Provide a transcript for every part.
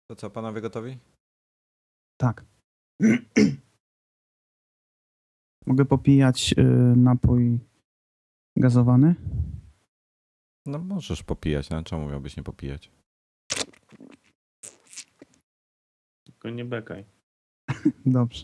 To co, panowie gotowi? Tak. Mogę popijać napój gazowany? No możesz popijać, no czemu miałbyś nie popijać? Tylko nie bekaj. Dobrze.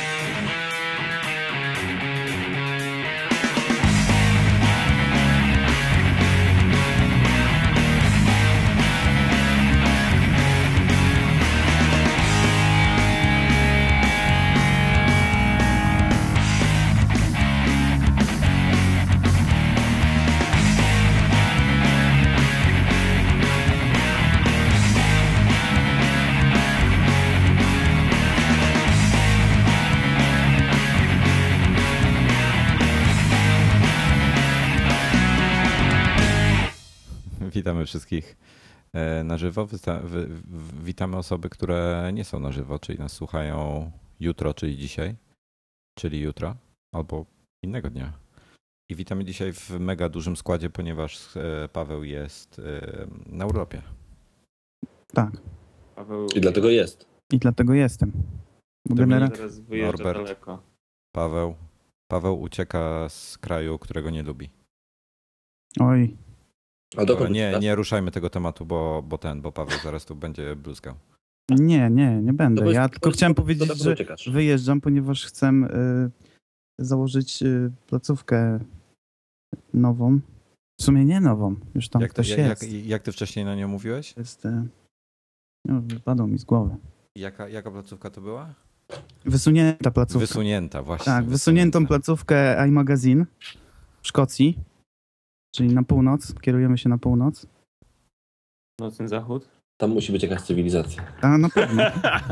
Witamy wszystkich na żywo. Witamy osoby, które nie są na żywo, czyli nas słuchają jutro, czyli dzisiaj, czyli jutro, albo innego dnia. I witamy dzisiaj w mega dużym składzie, ponieważ Paweł jest na urlopie. Tak. Paweł... I dlatego jest. I dlatego jestem. Bo Teraz wyjeżdża Norbert. daleko. Paweł ucieka z kraju, którego nie lubi. Oj. A dokąd Nie ruszajmy tego tematu, bo Paweł zaraz tu będzie bluzgał. Nie będę. No Ja tylko chciałem powiedzieć, że uciekasz. wyjeżdżam, ponieważ chcę założyć placówkę nową. W sumie nie nową, już tam ktoś jest. Jak ty wcześniej na nią mówiłeś? Jest wypadło mi z głowy. Jaka placówka to była? Wysunięta placówka. Wysunięta, właśnie. Tak, wysuniętą placówkę iMagazine w Szkocji, czyli na północ. Kierujemy się na północ. Nocny zachód. Tam musi być jakaś cywilizacja. A na pewno.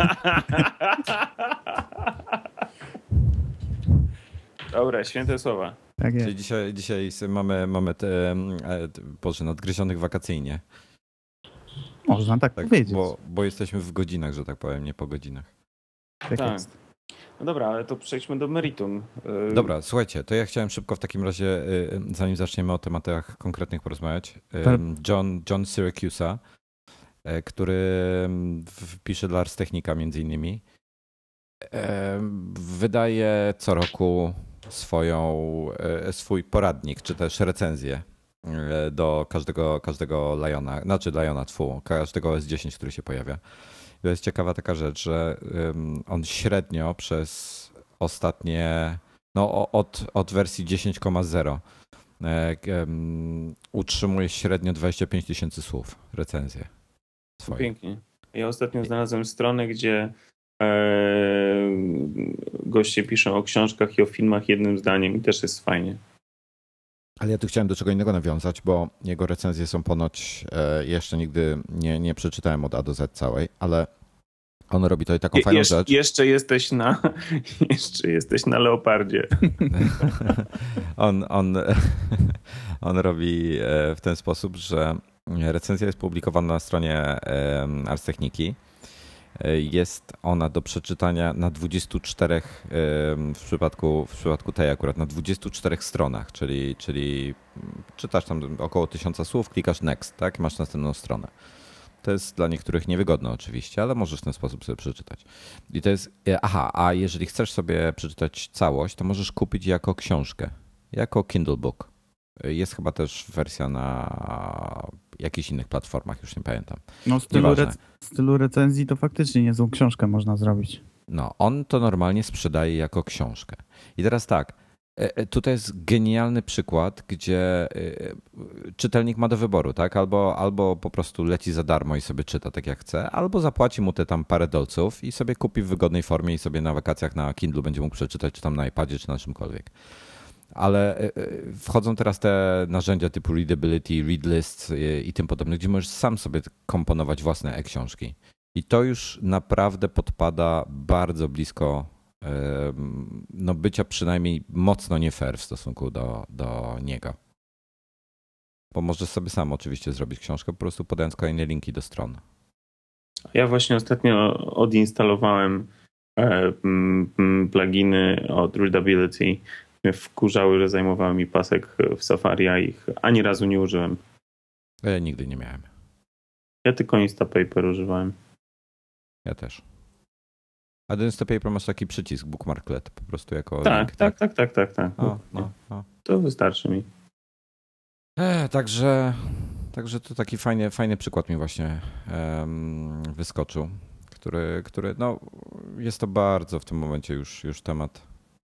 Dobra, święte słowa. Tak jest. Czyli dzisiaj mamy Boże, nadgryzionych wakacyjnie. Można tak powiedzieć. Bo jesteśmy w godzinach, że tak powiem, nie po godzinach. Tak jest. No dobra, ale to przejdźmy do meritum. Dobra, słuchajcie, to ja chciałem szybko w takim razie, zanim zaczniemy o tematach konkretnych porozmawiać, John Syracusa, który pisze dla Ars Technica między innymi, wydaje co roku swój poradnik, czy też recenzję do każdego Liona, każdego S10, który się pojawia. To jest ciekawa taka rzecz, że on średnio przez ostatnie, od wersji 10,0 utrzymuje średnio 25 tysięcy słów recenzję swoje. Pięknie. Ja ostatnio znalazłem stronę, gdzie goście piszą o książkach i o filmach jednym zdaniem i też jest fajnie. Ale ja tu chciałem do czego innego nawiązać, bo jego recenzje są ponoć, jeszcze nigdy nie przeczytałem od A do Z całej, ale on robi tutaj taką fajną rzecz. Jeszcze jesteś na Leopardzie. On robi w ten sposób, że recenzja jest publikowana na stronie Ars Techniki. Jest ona do przeczytania na 24, w przypadku tej akurat, na 24 stronach, czyli czytasz tam około 1000 słów, klikasz next, tak? Masz następną stronę. To jest dla niektórych niewygodne oczywiście, ale możesz w ten sposób sobie przeczytać. I to jest, a jeżeli chcesz sobie przeczytać całość, to możesz kupić jako książkę, jako Kindle Book. Jest chyba też wersja na jakichś innych platformach, już nie pamiętam. No stylu recenzji to faktycznie niezłą książkę można zrobić. No, on to normalnie sprzedaje jako książkę. I teraz tak, tutaj jest genialny przykład, gdzie czytelnik ma do wyboru, tak? Albo po prostu leci za darmo i sobie czyta tak jak chce, albo zapłaci mu te tam parę dolców i sobie kupi w wygodnej formie i sobie na wakacjach na Kindle będzie mógł przeczytać, czy tam na iPadzie, czy na czymkolwiek. Ale wchodzą teraz te narzędzia typu Readability, Readlist i tym podobne, gdzie możesz sam sobie komponować własne e-książki. I to już naprawdę podpada bardzo blisko bycia przynajmniej mocno nie fair w stosunku do niego. Bo możesz sobie sam oczywiście zrobić książkę, po prostu podając kolejne linki do stron. Ja właśnie ostatnio odinstalowałem pluginy od Readability. Mnie wkurzały, że zajmowały mi pasek w Safari, a ich ani razu nie użyłem. Ja nigdy nie miałem. Ja tylko Instapaper używałem. Ja też. A do Instapaper masz taki przycisk bookmarklet po prostu jako Tak, link, tak. No. To wystarczy mi. Także to taki fajny przykład mi właśnie wyskoczył, który no jest to bardzo w tym momencie już temat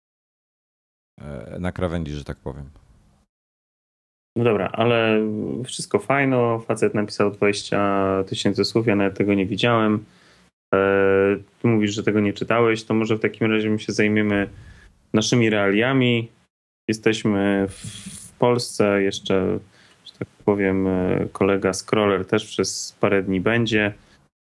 na krawędzi, że tak powiem. No dobra, ale wszystko fajno. Facet napisał 20 000 słów, ja nawet tego nie widziałem. Ty mówisz, że tego nie czytałeś, to może w takim razie my się zajmiemy naszymi realiami. Jesteśmy w Polsce, jeszcze, że tak powiem, kolega Scroller też przez parę dni będzie.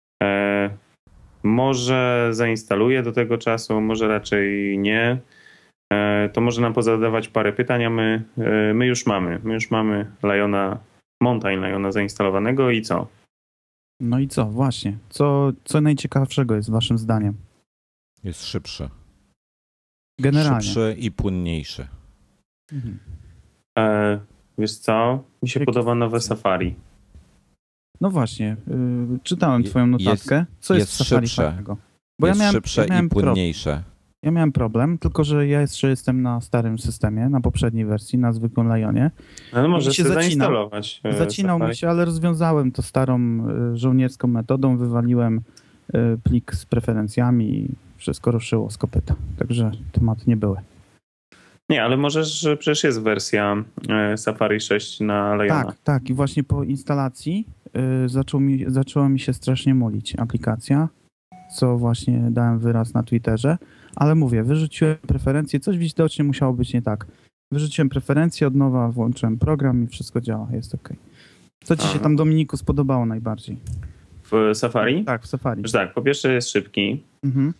Może zainstaluje do tego czasu, może raczej nie. To może nam pozadawać parę pytań, a my już mamy Mountain Liona zainstalowanego i co? No i co, właśnie. Co najciekawszego jest waszym zdaniem? Jest szybszy. Generalnie. Szybszy i płynniejszy. Mhm. Wiesz co? Mi się podoba nowe Safari. No właśnie, czytałem twoją notatkę. Co jest w Safari fajnego? Bo jest szybsze i płynniejsze. Ja miałem problem, tylko że ja jeszcze jestem na starym systemie, na poprzedniej wersji, na zwykłym Lionie. No możesz się zainstalować. Zacinał Safari. mi się, ale rozwiązałem to starą żołnierską metodą, wywaliłem plik z preferencjami i wszystko ruszyło z kopyta. Także tematy nie były. Nie, ale przecież jest wersja Safari 6 na Liona. Tak. I właśnie po instalacji zaczęła mi się strasznie mulić aplikacja, co właśnie dałem wyraz na Twitterze. Ale mówię, wyrzuciłem preferencje, coś widocznie musiało być nie tak. Wyrzuciłem preferencje, od nowa włączyłem program i wszystko działa, jest ok. Co ci się tam, Dominiku, spodobało najbardziej? W Safari? Tak, w Safari. Tak, po pierwsze jest szybki. Mhm.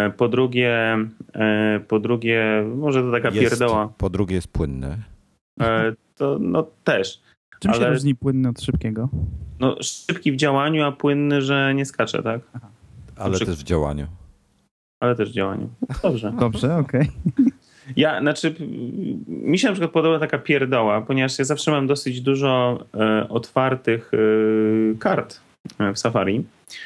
Po drugie, może to taka pierdoła. Po drugie jest płynny. To no też. Czym się różni płynny od szybkiego? No szybki w działaniu, a płynny, że nie skacze, tak? Aha. Ale też w działaniu. Ale też w działaniu. Dobrze. Dobrze, okej. Mi się na przykład podoba taka pierdoła, ponieważ ja zawsze mam dosyć dużo otwartych kart w Safari.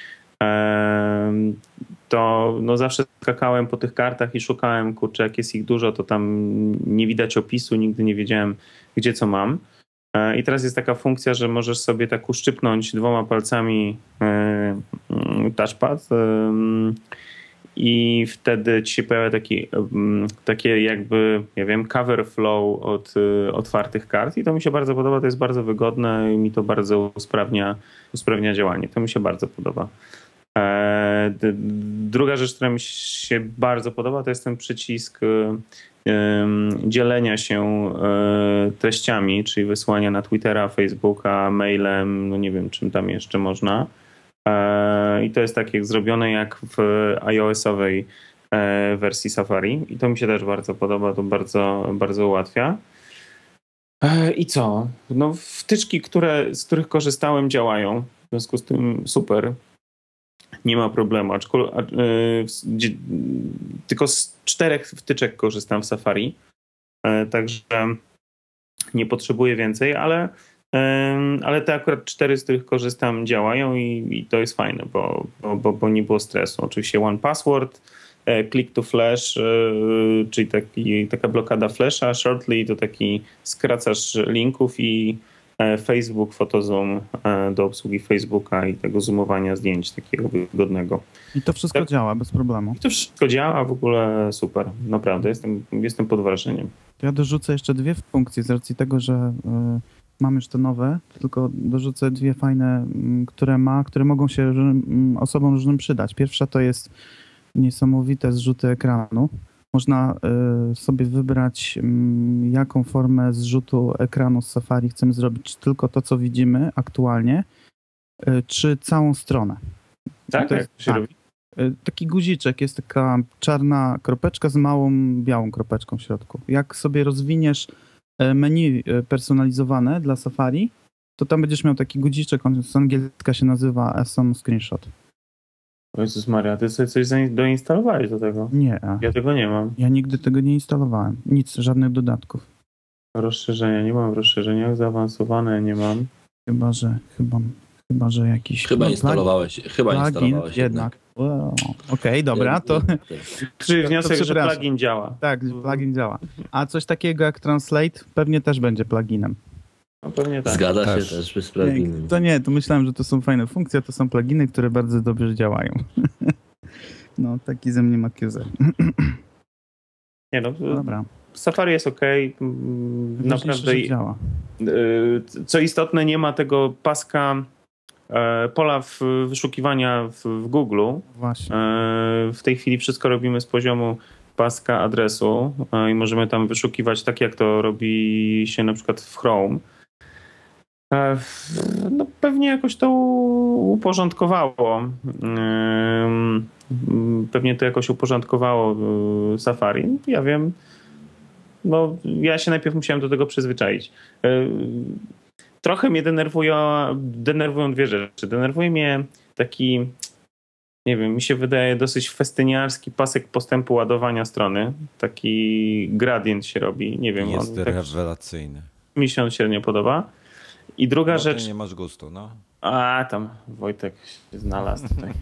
To no zawsze skakałem po tych kartach i szukałem, kurczę, jak jest ich dużo, to tam nie widać opisu, nigdy nie wiedziałem, gdzie co mam. I teraz jest taka funkcja, że możesz sobie tak uszczypnąć 2 palcami touchpad i wtedy ci się pojawia takie jakby, ja wiem, cover flow od otwartych kart i to mi się bardzo podoba, to jest bardzo wygodne i mi to bardzo usprawnia działanie. To mi się bardzo podoba. Druga rzecz, która mi się bardzo podoba, to jest ten przycisk dzielenia się treściami, czyli wysłania na Twittera, Facebooka, mailem, no nie wiem czym tam jeszcze można. I to jest tak jak zrobione jak w iOS-owej wersji Safari i to mi się też bardzo podoba, to bardzo, bardzo ułatwia. I co? No wtyczki, z których korzystałem, działają, w związku z tym super. Nie ma problemu. Tylko z 4 wtyczek korzystam w Safari, także nie potrzebuję więcej, ale te akurat 4, z których korzystam, działają i to jest fajne, bo nie było stresu. Oczywiście One Password, Click to Flash, czyli taka blokada flasha, Shortly to taki skracasz linków i Facebook, Photozoom do obsługi Facebooka i tego zoomowania zdjęć takiego wygodnego. I to wszystko działa bez problemu. I to wszystko działa, w ogóle super. Naprawdę, jestem pod wrażeniem. Ja dorzucę jeszcze 2 funkcje z racji tego, że mam już te nowe, tylko dorzucę 2 fajne, które mogą się osobom różnym przydać. Pierwsza to jest niesamowite zrzuty ekranu. Można sobie wybrać, jaką formę zrzutu ekranu z Safari chcemy zrobić, czy tylko to, co widzimy aktualnie, czy całą stronę. Tak? To jest, jak się robi? Taki guziczek, jest taka czarna kropeczka z małą białą kropeczką w środku. Jak sobie rozwiniesz menu personalizowane dla Safari, to tam będziesz miał taki guziczek, on z angielska się nazywa Awesome Screenshot. O Jezus Maria, ty sobie coś doinstalowałeś do tego? Nie. Ja tego nie mam. Ja nigdy tego nie instalowałem. Nic, żadnych dodatków. Rozszerzenia nie mam, w rozszerzeniach zaawansowane nie mam. Chyba Chyba, że jakiś... Chyba no, instalowałeś plugin jednak. jednak. Wow. Okej, dobra, to... Czyli wniosek, że przepraszam. plugin działa. Tak, plugin działa. A coś takiego jak Translate pewnie też będzie pluginem. No pewnie tak. Zgadza Też. się też z pluginem. To myślałem, że to są fajne funkcje, to są pluginy, które bardzo dobrze działają. No, taki ze mnie makiuzer. Nie no, Dobra. Safari jest okej. Naprawdę. Że działa. Co istotne, nie ma tego paska pola wyszukiwania w Google. Właśnie. W tej chwili wszystko robimy z poziomu paska adresu i możemy tam wyszukiwać tak, jak to robi się na przykład w Chrome. No pewnie jakoś to uporządkowało. Pewnie to jakoś uporządkowało Safari. Ja wiem. No, ja się najpierw musiałem do tego przyzwyczaić. Trochę mnie denerwują dwie rzeczy. Denerwuje mnie taki, nie wiem, mi się wydaje dosyć festyniarski pasek postępu ładowania strony. Taki gradient się robi. Nie wiem. Jest on rewelacyjny. mi się on średnio podoba. I druga No, rzecz... ty nie masz gustu, no. A, tam Wojtek się znalazł tutaj.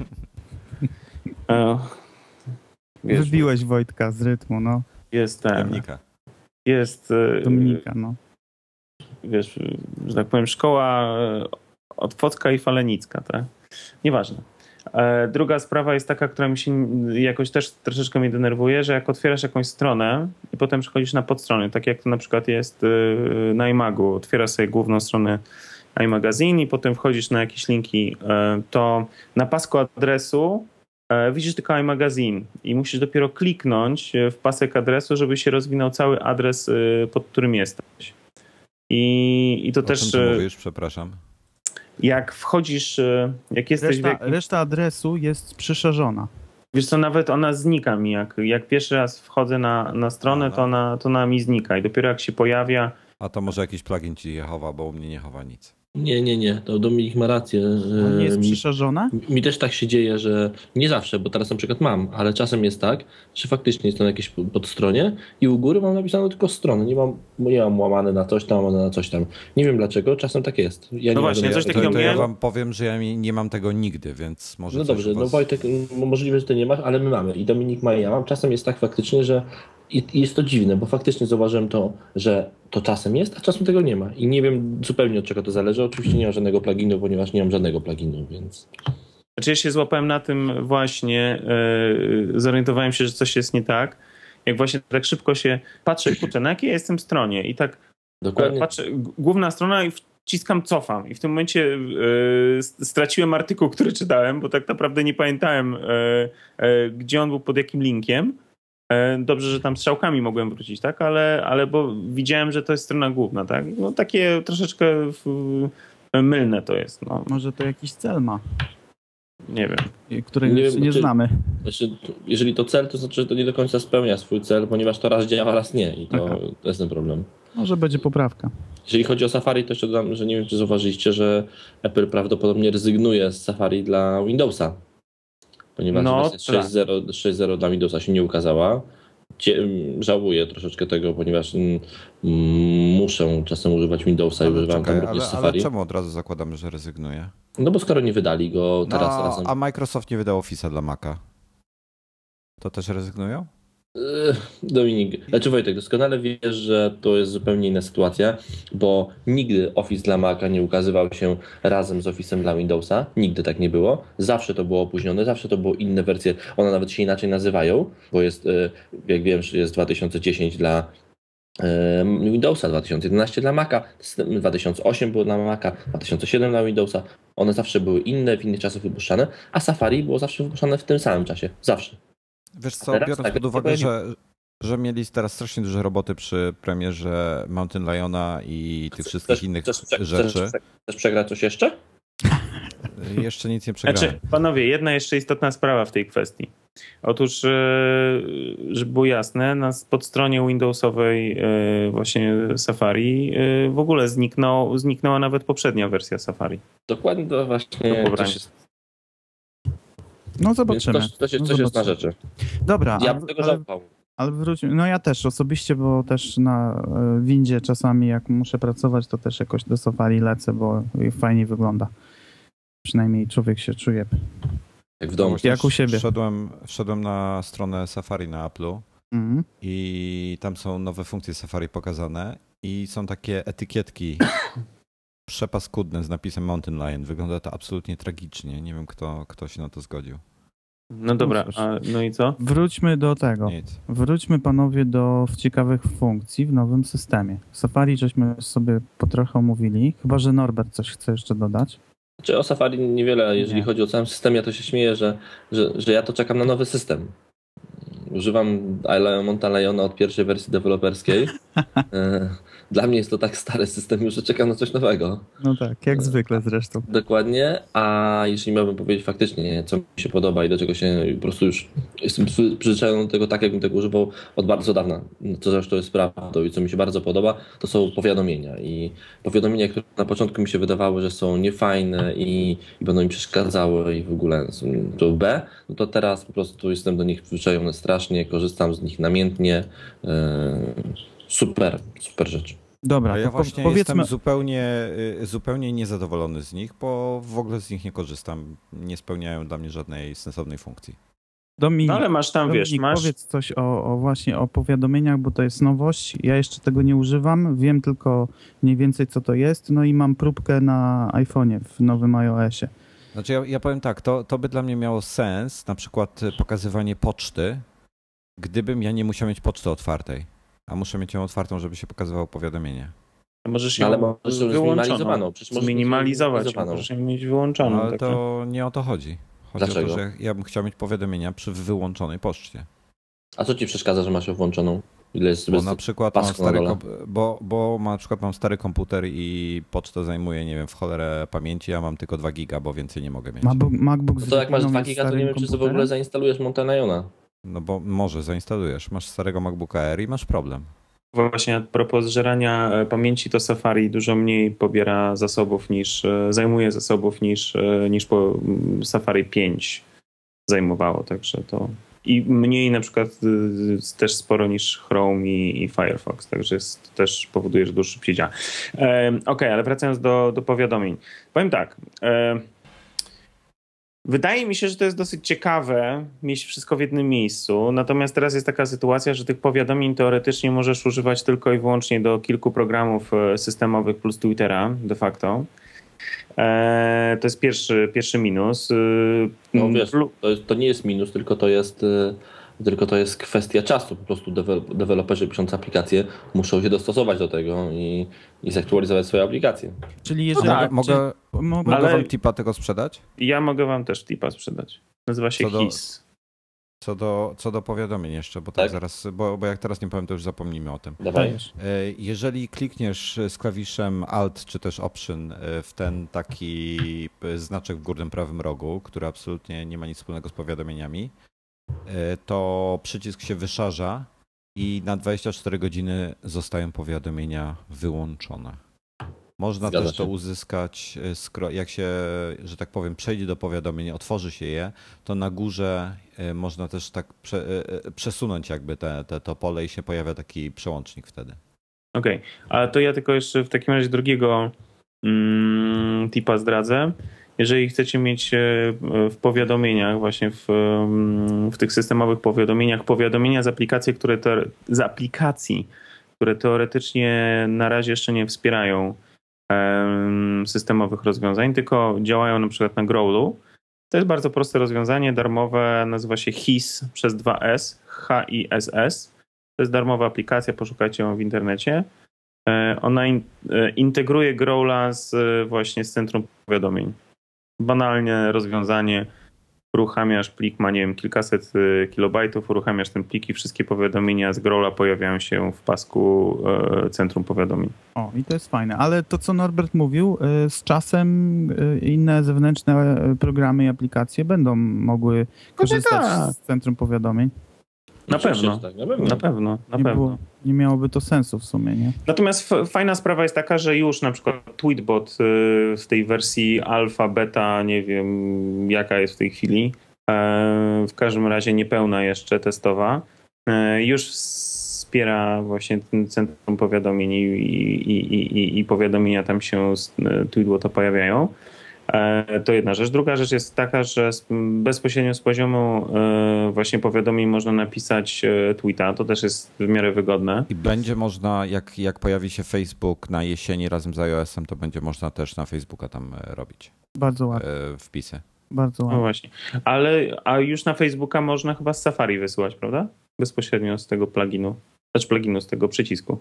Wiesz, Wybiłeś Wojtka z rytmu, no. jest ten... Dominika. Jest... Dominika, no. Wiesz, że tak powiem, szkoła Otwocka i Falenicka, tak? Nieważne. Druga sprawa jest taka, która mi się jakoś też troszeczkę mnie denerwuje, że jak otwierasz jakąś stronę i potem przechodzisz na podstrony, tak jak to na przykład jest na iMagu, otwierasz sobie główną stronę iMagazine i potem wchodzisz na jakieś linki, to na pasku adresu widzisz tylko iMagazine i musisz dopiero kliknąć w pasek adresu, żeby się rozwinął cały adres, pod którym jesteś. I to O też... czym ty mówisz, przepraszam. Jak wchodzisz, jak jesteś Reszta adresu jest przyszerzona. Wiesz co, nawet ona znika mi. Jak pierwszy raz wchodzę na stronę, to ona mi znika. I dopiero jak się pojawia... A to może jakiś plugin ci je chowa, bo u mnie nie chowa nic. Nie. To Dominik ma rację. To nie jest przyszerzona? Mi też tak się dzieje, że nie zawsze, bo teraz na przykład mam, ale czasem jest tak, że faktycznie jest to na jakiejś podstronie i u góry mam napisane tylko stronę. Nie mam łamane na coś tam. Nie wiem dlaczego, czasem tak jest. Ja No nie właśnie, mam coś takiego to ja miałem. wam powiem, że ja nie mam tego nigdy, więc może No coś dobrze, u was... no Wojtek, możliwe, że ty nie masz, ale my mamy. I Dominik ma i ja mam. Czasem jest tak faktycznie, że i jest to dziwne, bo faktycznie zauważyłem to, że to czasem jest, a czasem tego nie ma. I nie wiem zupełnie od czego to zależy. Oczywiście nie mam żadnego pluginu, ponieważ nie mam żadnego pluginu, więc... Znaczy ja się złapałem na tym właśnie, zorientowałem się, że coś jest nie tak. Jak właśnie tak szybko się patrzę, kurczę, na jakiej ja jestem stronie i tak Dokładnie. patrzę, główna strona i wciskam cofam. I w tym momencie straciłem artykuł, który czytałem, bo tak naprawdę nie pamiętałem, gdzie on był, pod jakim linkiem. Dobrze, że tam strzałkami mogłem wrócić, tak? Ale bo widziałem, że to jest strona główna, tak? No takie troszeczkę mylne to jest. No. Może to jakiś cel ma, Nie wiem. którego Nie jeszcze wiem, nie czy- znamy. Znaczy, jeżeli to cel, to znaczy, że to nie do końca spełnia swój cel, ponieważ to raz działa, raz nie. I to jest ten problem. Może będzie poprawka. Jeżeli chodzi o Safari, to jeszcze dodam, że nie wiem, czy zauważyliście, że Apple prawdopodobnie rezygnuje z Safari dla Windowsa. Ponieważ No, wersja 6.0 dla Windowsa się nie ukazała. Żałuję troszeczkę tego, ponieważ muszę czasem używać Windowsa i używam tam również ale Safari. czemu od razu zakładamy, że rezygnuje? No bo skoro nie wydali go teraz razem. A Microsoft nie wydał Office'a dla Maca. To też rezygnują? Dominik, znaczy Wojtek, doskonale wiesz, że to jest zupełnie inna sytuacja, bo nigdy Office dla Maca nie ukazywał się razem z Office'em dla Windowsa. Nigdy tak nie było. Zawsze to było opóźnione, zawsze to było inne wersje. One nawet się inaczej nazywają, bo jest, jak wiem, że jest 2010 dla Windowsa, 2011 dla Maca, 2008 było dla Maca, 2007 dla Windowsa. One zawsze były inne, w innych czasach wypuszczane, a Safari było zawsze wypuszczane w tym samym czasie. Zawsze. Wiesz co, teraz biorąc tak, pod uwagę, tylko że mieli teraz strasznie duże roboty przy premierze Mountain Liona i tych wszystkich innych rzeczy. Chcesz przegrać coś jeszcze? Jeszcze nic nie przegrałem. Znaczy, panowie, jedna jeszcze istotna sprawa w tej kwestii. Otóż, żeby było jasne, na podstronie Windowsowej właśnie Safari w ogóle zniknęła nawet poprzednia wersja Safari. Dokładnie to właśnie Do coś jest. No zobaczymy. Coś No, jest na zobaczymy. rzeczy. Dobra, Ja bym tego żałował. ale wróćmy. No ja też osobiście, bo też na windzie czasami jak muszę pracować, to też jakoś do Safari lecę, bo fajnie wygląda. Przynajmniej człowiek się czuje Jak w domu. jak u siebie. Wszedłem na stronę Safari na Apple'u Mhm. i tam są nowe funkcje Safari pokazane i są takie etykietki przepaskudne z napisem Mountain Lion. Wygląda to absolutnie tragicznie. Nie wiem, kto się na to zgodził. No dobra, no i co? Wróćmy do tego. Nic. Wróćmy panowie do ciekawych funkcji w nowym systemie. Safari żeśmy sobie po trochę omówili, chyba że Norbert coś chce jeszcze dodać. Czy o Safari niewiele, jeżeli Nie. chodzi o cały system, ja to się śmieję, że ja to czekam na nowy system. Używam Mountain Liona od pierwszej wersji deweloperskiej. Dla mnie jest to tak stary system już, że czekam na coś nowego. No tak, jak zwykle zresztą. Dokładnie, a jeśli miałbym powiedzieć faktycznie, co mi się podoba i do czego się po prostu już jestem przyzwyczajony do tego tak, jakbym tego używał od bardzo dawna, co zresztą jest prawdą i co mi się bardzo podoba, to są powiadomienia i powiadomienia, które na początku mi się wydawały, że są niefajne i będą mi przeszkadzały i w ogóle są to B, no to teraz po prostu jestem do nich przyzwyczajony strasznie, korzystam z nich namiętnie. Super rzecz. Dobra, A ja to właśnie powiedzmy... jestem zupełnie niezadowolony z nich, bo w ogóle z nich nie korzystam. Nie spełniają dla mnie żadnej sensownej funkcji. Dominik, No ale masz tam, wiesz, powiedz coś właśnie o powiadomieniach, bo to jest nowość. Ja jeszcze tego nie używam, wiem tylko mniej więcej co to jest, no i mam próbkę na iPhone'ie w nowym iOSie. Znaczy ja powiem tak, to by dla mnie miało sens, na przykład pokazywanie poczty, gdybym ja nie musiał mieć poczty otwartej, a muszę mieć ją otwartą, żeby się pokazywało powiadomienie. Możesz No, ale ją możesz ją wyłączoną, zminimalizowaną. Przecież możesz zminimalizować, mieć zminimalizowaną. możesz ją mieć wyłączoną. No, ale także. to nie o to chodzi. Chodzi Dlaczego? o to, że ja bym chciał mieć powiadomienia przy wyłączonej poczcie. A co ci przeszkadza, że masz ją włączoną? Ile jest Bo na przykład mam pasku na stary, dole? bo na przykład mam stary komputer i poczta zajmuje, nie wiem, w cholerę pamięci, a mam tylko 2 giga, bo więcej nie mogę mieć. MacBook No z to jak masz retiną 2 jest giga, to starym nie wiem, czy w komputerem? ogóle zainstalujesz Mountain Liona. No bo może zainstalujesz, masz starego MacBooka Air i masz problem. Właśnie a propos zżerania pamięci, to Safari dużo mniej pobiera zasobów zajmuje zasobów niż po Safari 5 zajmowało, także to i mniej na przykład też sporo niż Chrome i Firefox, także też powoduje, że dużo szybciej działa. Okej, ale wracając do powiadomień. Powiem tak, wydaje mi się, że to jest dosyć ciekawe mieć wszystko w jednym miejscu, natomiast teraz jest taka sytuacja, że tych powiadomień teoretycznie możesz używać tylko i wyłącznie do kilku programów systemowych plus Twittera de facto. To jest pierwszy minus. No wiesz, to nie jest minus, tylko to jest kwestia czasu. Po prostu deweloperzy pisząc aplikacje muszą się dostosować do tego i zaktualizować swoje aplikacje. Czyli jeżeli... tak, Mogę ale- wam tipa tego sprzedać? Ja mogę wam też tipa sprzedać. Nazywa się Co do- HIS. Co do powiadomień jeszcze, bo tak Tak? zaraz, bo jak teraz nie powiem, to już zapomnimy o tym. Dawaj. Dajesz. Jeżeli klikniesz z klawiszem Alt czy też Option w ten taki znaczek w górnym prawym rogu, który absolutnie nie ma nic wspólnego z powiadomieniami, to przycisk się wyszarza i na 24 godziny zostają powiadomienia wyłączone. Można Zgadza też to się. uzyskać, jak się, że tak powiem, przejdzie do powiadomień, otworzy się je, to na górze można też tak przesunąć jakby to pole i się pojawia taki przełącznik wtedy. Okej, ale to ja tylko jeszcze w takim razie drugiego tipa zdradzę. Jeżeli chcecie mieć w powiadomieniach, właśnie w tych systemowych powiadomieniach, powiadomienia z aplikacji, które teoretycznie na razie jeszcze nie wspierają systemowych rozwiązań, tylko działają na przykład na Growlu. To jest bardzo proste rozwiązanie, darmowe, nazywa się HISS przez 2S, HISS. To jest darmowa aplikacja, poszukajcie ją w internecie. Ona integruje Growla właśnie z centrum powiadomień. Banalnie rozwiązanie, uruchamiasz plik, ma nie wiem, kilkaset kilobajtów, uruchamiasz ten plik i wszystkie powiadomienia z Growla pojawiają się w pasku centrum powiadomień. O, i to jest fajne. Ale to, co Norbert mówił, z czasem inne zewnętrzne programy i aplikacje będą mogły korzystać tak. z centrum powiadomień. Na Oczywiście, pewno. że tak, Na pewno. Nie miałoby to sensu w sumie, nie? Natomiast fajna sprawa jest taka, że już na przykład Tweetbot w tej wersji alfa, beta, nie wiem jaka jest w tej chwili, w każdym razie niepełna jeszcze testowa, już wspiera właśnie ten centrum powiadomień i powiadomienia tam się z Tweetbota pojawiają. To jedna rzecz. Druga rzecz jest taka, że bezpośrednio z poziomu właśnie powiadomień można napisać tweeta. To też jest w miarę wygodne. I będzie można, jak pojawi się Facebook na jesieni razem z iOS-em, to będzie można też na Facebooka tam robić Bardzo ładnie. Wpisy. Bardzo No ładnie. właśnie. A już na Facebooka można chyba z Safari wysyłać, prawda? Bezpośrednio z tego pluginu. Znaczy pluginu, z tego przycisku.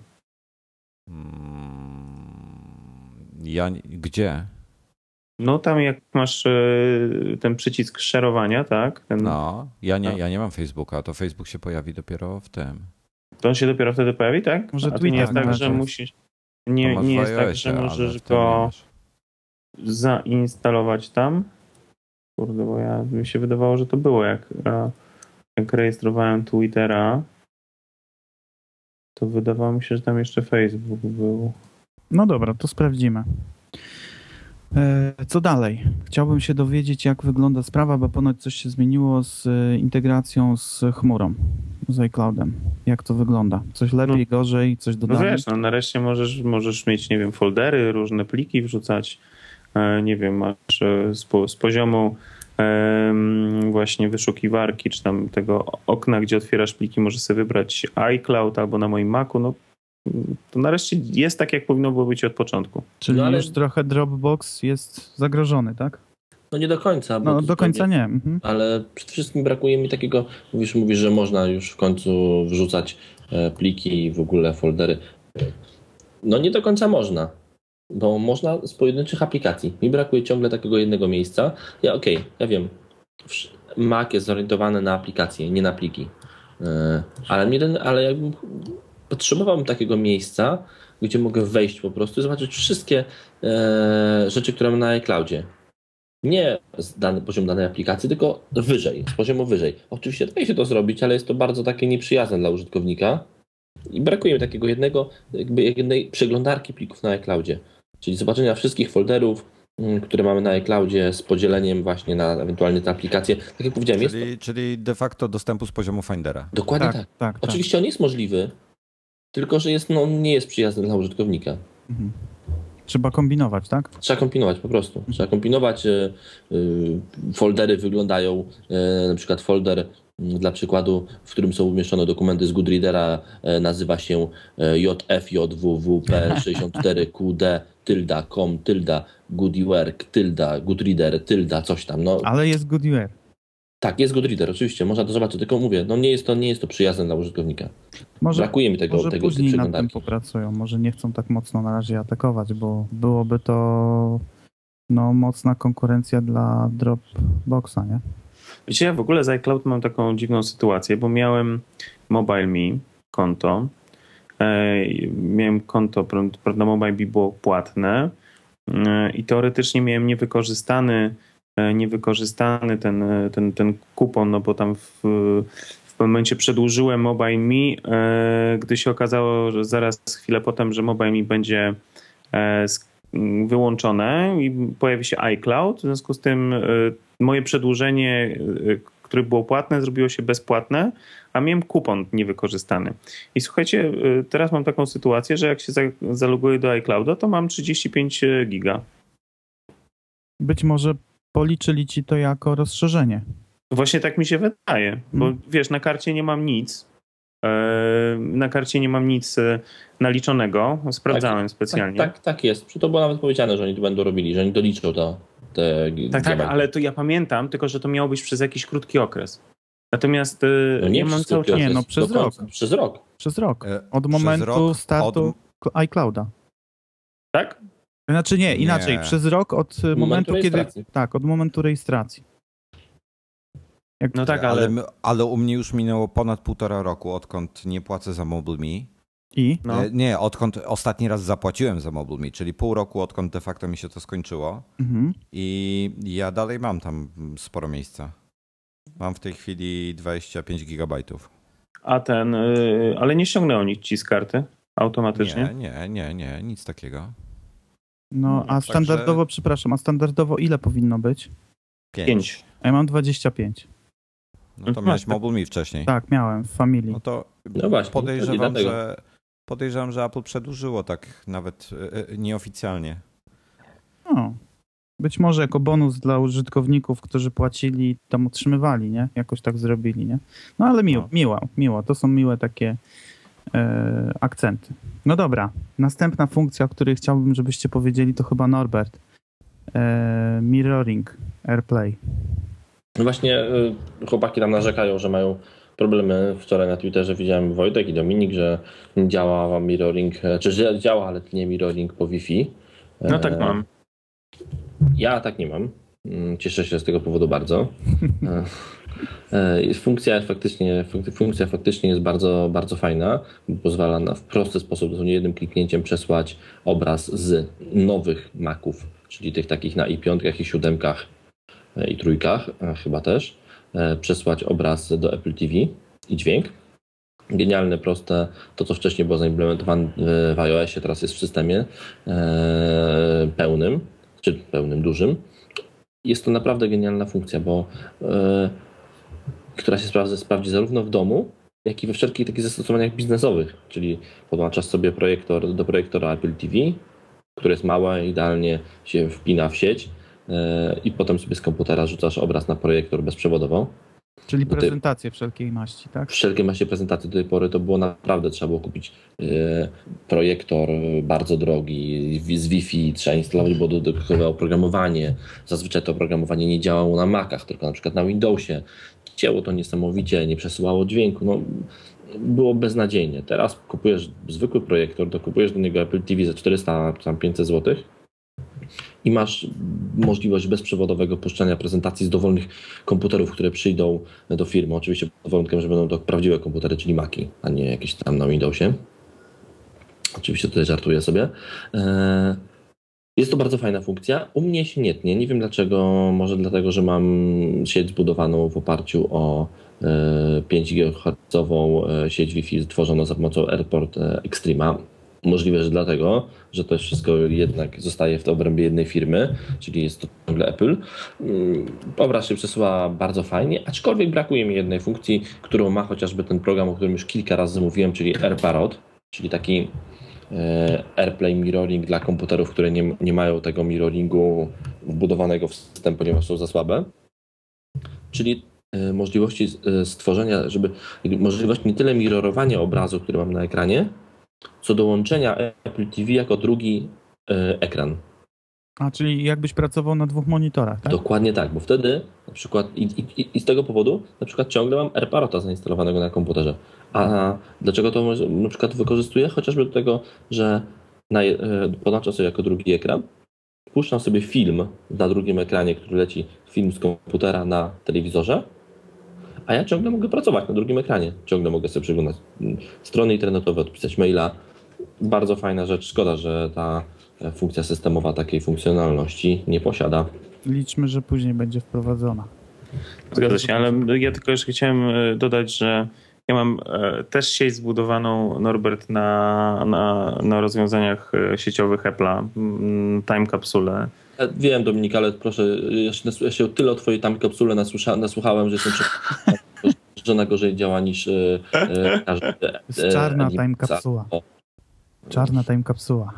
Gdzie? No tam jak masz ten przycisk szerowania, tak? No, ja nie mam Facebooka, to Facebook się pojawi dopiero w tym. To on się dopiero wtedy pojawi, tak? Może A to nie Twitter jest tak, na że razie. musisz... To Nie masz w jest tak, iOSie, że ale możesz w tym nie go masz. zainstalować tam. Kurde, bo mi się wydawało, że to było jak rejestrowałem Twittera, to wydawało mi się, że tam jeszcze Facebook był. No dobra, to sprawdzimy. Co dalej? Chciałbym się dowiedzieć, jak wygląda sprawa, bo ponoć coś się zmieniło z integracją z chmurą, z iCloudem. Jak to wygląda? Coś lepiej, gorzej, coś No dodane? wiesz, nareszcie możesz mieć, nie wiem, foldery, różne pliki wrzucać, nie wiem, masz z poziomu właśnie wyszukiwarki, czy tam tego okna, gdzie otwierasz pliki, możesz sobie wybrać iCloud albo na moim Macu, no to nareszcie jest tak, jak powinno było być od początku. Czyli No ale- już trochę Dropbox jest zagrożony, tak? No nie do końca. Bo No to do końca zupełnie- nie. Mhm. Ale przede wszystkim brakuje mi takiego, mówisz, że można już w końcu wrzucać pliki i w ogóle foldery. No nie do końca można, bo można z pojedynczych aplikacji. Mi brakuje ciągle takiego jednego miejsca. Ja wiem, Mac jest zorientowany na aplikacje, nie na pliki. Ale jakbym potrzebowałbym takiego miejsca, gdzie mogę wejść po prostu i zobaczyć wszystkie rzeczy, które mam na iCloudzie. Nie poziom danej aplikacji, tylko wyżej, z poziomu wyżej. Oczywiście daje się to zrobić, ale jest to bardzo takie nieprzyjazne dla użytkownika i brakuje mi takiego jednej przeglądarki plików na iCloudzie, czyli zobaczenia wszystkich folderów, które mamy na iCloudzie z podzieleniem właśnie na ewentualnie te aplikacje. Tak jak powiedziałem, jest to... Czyli de facto dostępu z poziomu Findera. Dokładnie tak. Tak. Oczywiście on jest możliwy, tylko że nie jest przyjazny dla użytkownika. Mhm. Trzeba kombinować, tak? Trzeba kombinować po prostu. Trzeba kombinować. Foldery wyglądają, na przykład folder dla przykładu, w którym są umieszczone dokumenty z Goodreadera, nazywa się JFJWWP64QD ~com ~Goodwork ~Goodreader coś tam. No, Ale jest Goodyear. tak, jest Goodreader, oczywiście, można to zobaczyć, tylko mówię, nie jest to przyjazne dla użytkownika. Brakuje mi Może tej później nad tym przeglądarki. popracują, może nie chcą tak mocno na razie atakować, bo byłoby to mocna konkurencja dla Dropboxa, nie? Wiecie, ja w ogóle z iCloud mam taką dziwną sytuację, bo miałem MobileMe konto. Miałem konto, prawda, MobileMe było płatne i teoretycznie miałem niewykorzystany ten kupon, no bo tam w pewnym momencie przedłużyłem MobileMe, gdy się okazało, że zaraz chwilę potem, że MobileMe będzie wyłączone i pojawi się iCloud. W związku z tym moje przedłużenie, które było płatne, zrobiło się bezpłatne, a miałem kupon niewykorzystany. I słuchajcie, teraz mam taką sytuację, że jak się zaloguję do iClouda, to mam 35 giga. Być może policzyli ci to jako rozszerzenie. Właśnie tak mi się wydaje, bo wiesz, na karcie nie mam nic. Na karcie nie mam nic naliczonego. Sprawdzałem specjalnie. Tak jest. To było nawet powiedziane, że oni to będą robili, że oni doliczą te Tak, ale to ja pamiętam, tylko że to miało być przez jakiś krótki okres. Natomiast nie ja mam cały czas... Nie, przez rok. Przez rok. Przez rok. Od momentu startu iClouda. Tak? Znaczy nie, inaczej. Nie. Przez rok od momentu, kiedy... rejestracji. Tak, od momentu rejestracji. No tak, ale u mnie już minęło ponad 1,5 roku, odkąd nie płacę za MobileMe. I? No. Nie, odkąd ostatni raz zapłaciłem za MobileMe, czyli pół roku, odkąd de facto mi się to skończyło. Mhm. I ja dalej mam tam sporo miejsca. Mam w tej chwili 25 gigabajtów. Ale nie ściągnęło nic ci z karty automatycznie? Nie, nic takiego. No, a Także- standardowo, przepraszam, a standardowo ile powinno być? 5. A ja mam 25. No to miałeś MobileMe wcześniej. Tak, miałem w familii. No to No właśnie, podejrzewam, że Apple przedłużyło tak nawet nieoficjalnie. No, Być może jako bonus dla użytkowników, którzy płacili, tam otrzymywali, nie? Jakoś tak zrobili, nie? No ale miło. To są miłe takie akcenty. No dobra, następna funkcja, o której chciałbym, żebyście powiedzieli, to chyba Norbert. Mirroring, AirPlay. No właśnie chłopaki tam narzekają, że mają problemy. Wczoraj na Twitterze widziałem Wojtek i Dominik, że nie działa wam mirroring, czy działa, ale nie mirroring po Wi-Fi. No tak mam. Ja tak nie mam. Cieszę się z tego powodu bardzo. Funkcja faktycznie jest bardzo, bardzo fajna, bo pozwala w prosty sposób, dosłownie jednym kliknięciem przesłać obraz z nowych Maców, czyli tych takich na i5, i 7 i 3 chyba też, przesłać obraz do Apple TV i dźwięk. Genialne, proste, to co wcześniej było zaimplementowane w iOSie, teraz jest w systemie pełnym, czy pełnym, dużym. Jest to naprawdę genialna funkcja, która się sprawdzi zarówno w domu, jak i we wszelkich takich zastosowaniach biznesowych, czyli podłączasz sobie projektor do projektora Apple TV, który jest małe, idealnie się wpina w sieć i potem sobie z komputera rzucasz obraz na projektor bezprzewodowo. Czyli prezentacje wszelkiej maści, tak? Wszelkie maści prezentacji do tej pory to było naprawdę, trzeba było kupić projektor bardzo drogi, z Wi-Fi, trzeba instalować było dodatkowe oprogramowanie. Zazwyczaj to oprogramowanie nie działało na Macach, tylko na przykład na Windowsie. Cięło to niesamowicie, nie przesyłało dźwięku, no, było beznadziejnie. Teraz kupujesz zwykły projektor, dokupujesz do niego Apple TV za 400-500 zł i masz możliwość bezprzewodowego puszczania prezentacji z dowolnych komputerów, które przyjdą do firmy. Oczywiście pod warunkiem, że będą to prawdziwe komputery, czyli Maci, a nie jakieś tam na Windowsie. Oczywiście tutaj żartuję sobie. Jest to bardzo fajna funkcja. U mnie się nie tnie. Nie wiem dlaczego. Może dlatego, że mam sieć zbudowaną w oparciu o 5 GHz sieć Wi-Fi stworzoną za pomocą AirPort Extrema. Możliwe, że dlatego, że to wszystko jednak zostaje w obrębie jednej firmy, czyli jest to ciągle Apple. Obraz się przesyła bardzo fajnie, aczkolwiek brakuje mi jednej funkcji, którą ma chociażby ten program, o którym już kilka razy mówiłem, czyli AirParrot, czyli taki AirPlay mirroring dla komputerów, które nie mają tego mirroringu wbudowanego w system, ponieważ są za słabe. Czyli możliwości stworzenia, możliwość nie tyle mirrorowania obrazu, który mam na ekranie, co dołączenia Apple TV jako drugi ekran. A, czyli jakbyś pracował na 2 monitorach, tak? Dokładnie tak, bo wtedy na przykład i z tego powodu na przykład ciągle mam AirParrota zainstalowanego na komputerze. A dlaczego to na przykład wykorzystuję? Chociażby do tego, że podłączam sobie jako drugi ekran, puszczam sobie film na drugim ekranie, który leci film z komputera na telewizorze, a ja ciągle mogę pracować na drugim ekranie. Ciągle mogę sobie przeglądać strony internetowe, odpisać maila. Bardzo fajna rzecz. Szkoda, że ta funkcja systemowa takiej funkcjonalności nie posiada. Liczmy, że później będzie wprowadzona. Zgadza się, ale ja tylko jeszcze chciałem dodać, że ja mam też sieć zbudowaną, Norbert, na rozwiązaniach sieciowych Apple'a, Time Capsule. Wiem, Dominik, ale proszę, ja się tyle o twojej Time Capsule nasłuchałem, że jestem przekonany, że ona gorzej działa niż każdy. Jest czarna Time Capsula. Czarna Time Capsula.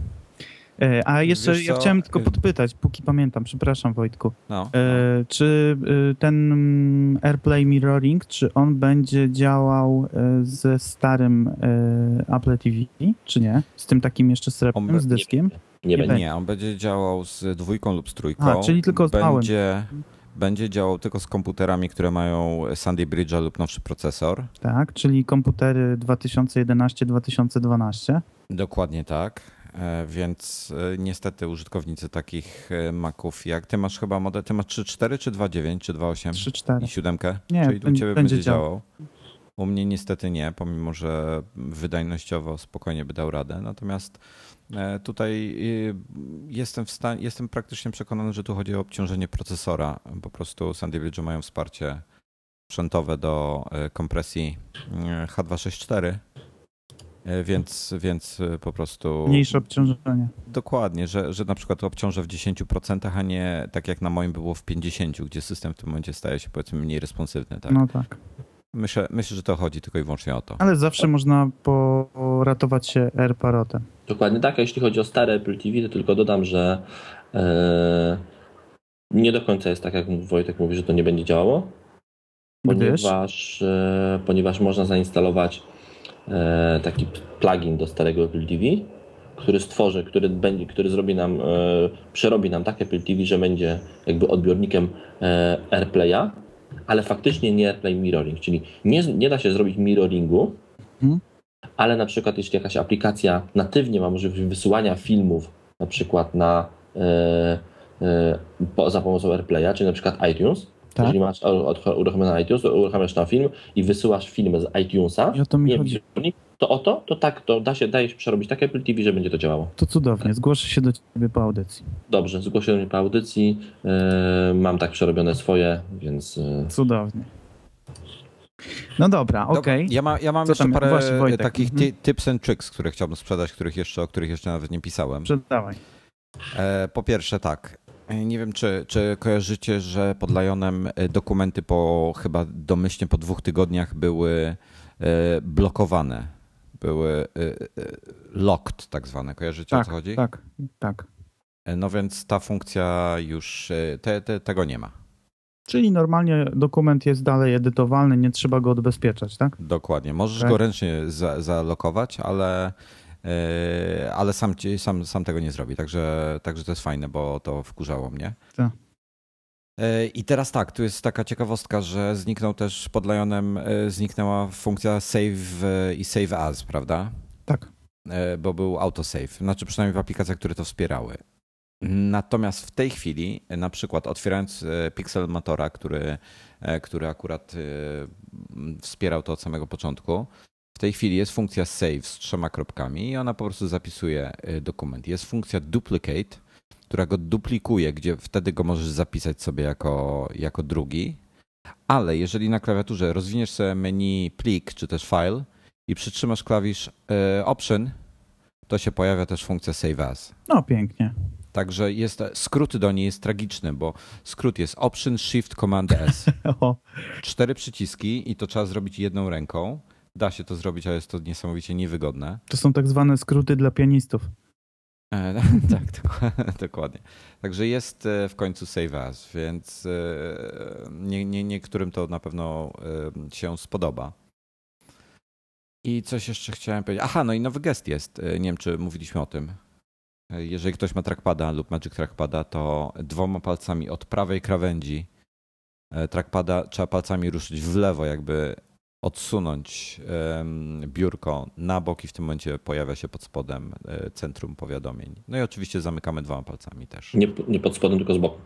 A jeszcze ja chciałem tylko podpytać, póki pamiętam, przepraszam Wojtku, czy ten AirPlay Mirroring, czy on będzie działał ze starym Apple TV, czy nie? Z tym takim jeszcze srebrnym, z dyskiem? Nie, on będzie działał z 2 lub z 3. Czyli tylko z małym. Będzie działał tylko z komputerami, które mają Sandy Bridge'a lub nowszy procesor. Tak, czyli komputery 2011-2012. Dokładnie tak. Więc niestety użytkownicy takich Maców jak ty masz chyba model, ty masz 3.4 czy 2.9 czy 2.8 3.4 i 7? Nie, czyli u ciebie będzie działał. U mnie niestety nie, pomimo że wydajnościowo spokojnie by dał radę. Natomiast tutaj jestem praktycznie przekonany, że tu chodzi o obciążenie procesora. Po prostu Sandy Bridge mają wsparcie sprzętowe do kompresji H264. Więc po prostu... Mniejsze obciążenie. Dokładnie, że na przykład obciąża w 10%, a nie tak jak na moim było w 50%, gdzie system w tym momencie staje się powiedzmy mniej responsywny. Tak? No tak. Myślę, że to chodzi tylko i wyłącznie o to. Ale zawsze można poratować się AirParotem. Dokładnie tak, a jeśli chodzi o stare Apple TV, to tylko dodam, że nie do końca jest tak, jak Wojtek mówi, że to nie będzie działało, ponieważ można zainstalować taki plugin do starego Apple TV, który stworzy, który zrobi nam, przerobi nam tak Apple TV, że będzie jakby odbiornikiem AirPlaya, ale faktycznie nie AirPlay mirroring, czyli nie da się zrobić mirroringu, ale na przykład jeśli jakaś aplikacja natywnie ma możliwość wysyłania filmów na przykład za pomocą AirPlaya, czyli na przykład iTunes, jeżeli masz uruchomiony iTunes, to uruchamiasz tam film i wysyłasz film z iTunesa, to daje się przerobić tak Apple TV, że będzie to działało. To cudownie, zgłoszę się do ciebie po audycji. Dobrze, zgłoszę się do mnie po audycji, mam tak przerobione swoje, więc... Cudownie. No dobra, okej. Ja mam jeszcze parę takich tips and tricks, które chciałbym sprzedać, o których jeszcze nawet nie pisałem. Sprzedawaj. Po pierwsze tak, nie wiem czy kojarzycie, że pod Lionem dokumenty chyba domyślnie po 2 tygodniach były blokowane. Były locked tak zwane. Kojarzycie, o co chodzi? Tak. No więc ta funkcja już tego nie ma. Czyli normalnie dokument jest dalej edytowalny, nie trzeba go odbezpieczać, tak? Dokładnie. Możesz go ręcznie zalokować, ale sam tego nie zrobi. Także to jest fajne, bo to wkurzało mnie. Tak. I teraz tak, tu jest taka ciekawostka, że zniknął też pod Lionem zniknęła funkcja save i save as, prawda? Tak. Bo był autosave, znaczy przynajmniej w aplikacjach, które to wspierały. Natomiast w tej chwili, na przykład otwierając Pixelmatora, który akurat wspierał to od samego początku, w tej chwili jest funkcja save z 3 kropkami i ona po prostu zapisuje dokument. Jest funkcja duplicate, która go duplikuje, gdzie wtedy go możesz zapisać sobie jako drugi, ale jeżeli na klawiaturze rozwiniesz sobie menu plik czy też file i przytrzymasz klawisz option, to się pojawia też funkcja save as. No pięknie. Także skrót do niej jest tragiczny, bo skrót jest Option, Shift, Command S. 4 przyciski i to trzeba zrobić jedną ręką. Da się to zrobić, ale jest to niesamowicie niewygodne. To są tak zwane skróty dla pianistów. Tak, dokładnie. Także jest w końcu Save As, więc niektórym to na pewno się spodoba. I coś jeszcze chciałem powiedzieć. Aha, no i nowy gest jest. Nie wiem, czy mówiliśmy o tym. Jeżeli ktoś ma trackpada lub Magic Trackpada, to 2 palcami od prawej krawędzi trackpada trzeba palcami ruszyć w lewo, jakby odsunąć biurko na bok i w tym momencie pojawia się pod spodem centrum powiadomień. No i oczywiście zamykamy 2 palcami też. Nie pod spodem, tylko z boku.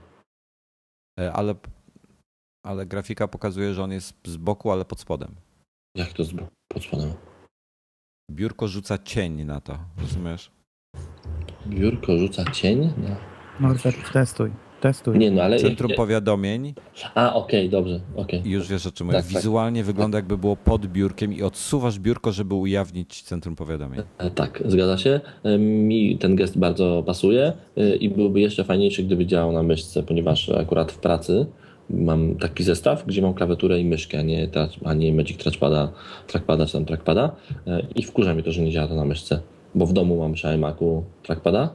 Ale grafika pokazuje, że on jest z boku, ale pod spodem. Jak to pod spodem? Biurko rzuca cień na to, rozumiesz? Biurko rzuca cień? No testuj. Nie, no ale... Centrum powiadomień. Okej, dobrze. Okay. I już wiesz, o czym mówię. Wizualnie wygląda jakby było pod biurkiem i odsuwasz biurko, żeby ujawnić centrum powiadomień. Tak, zgadza się. Mi ten gest bardzo pasuje i byłby jeszcze fajniejszy, gdyby działał na myszce, ponieważ akurat w pracy mam taki zestaw, gdzie mam klawiaturę i myszkę, a nie Magic Trackpada czy tam Trackpada i wkurza mnie to, że nie działa to na myszce, bo w domu mam przy iMacu Trackpada,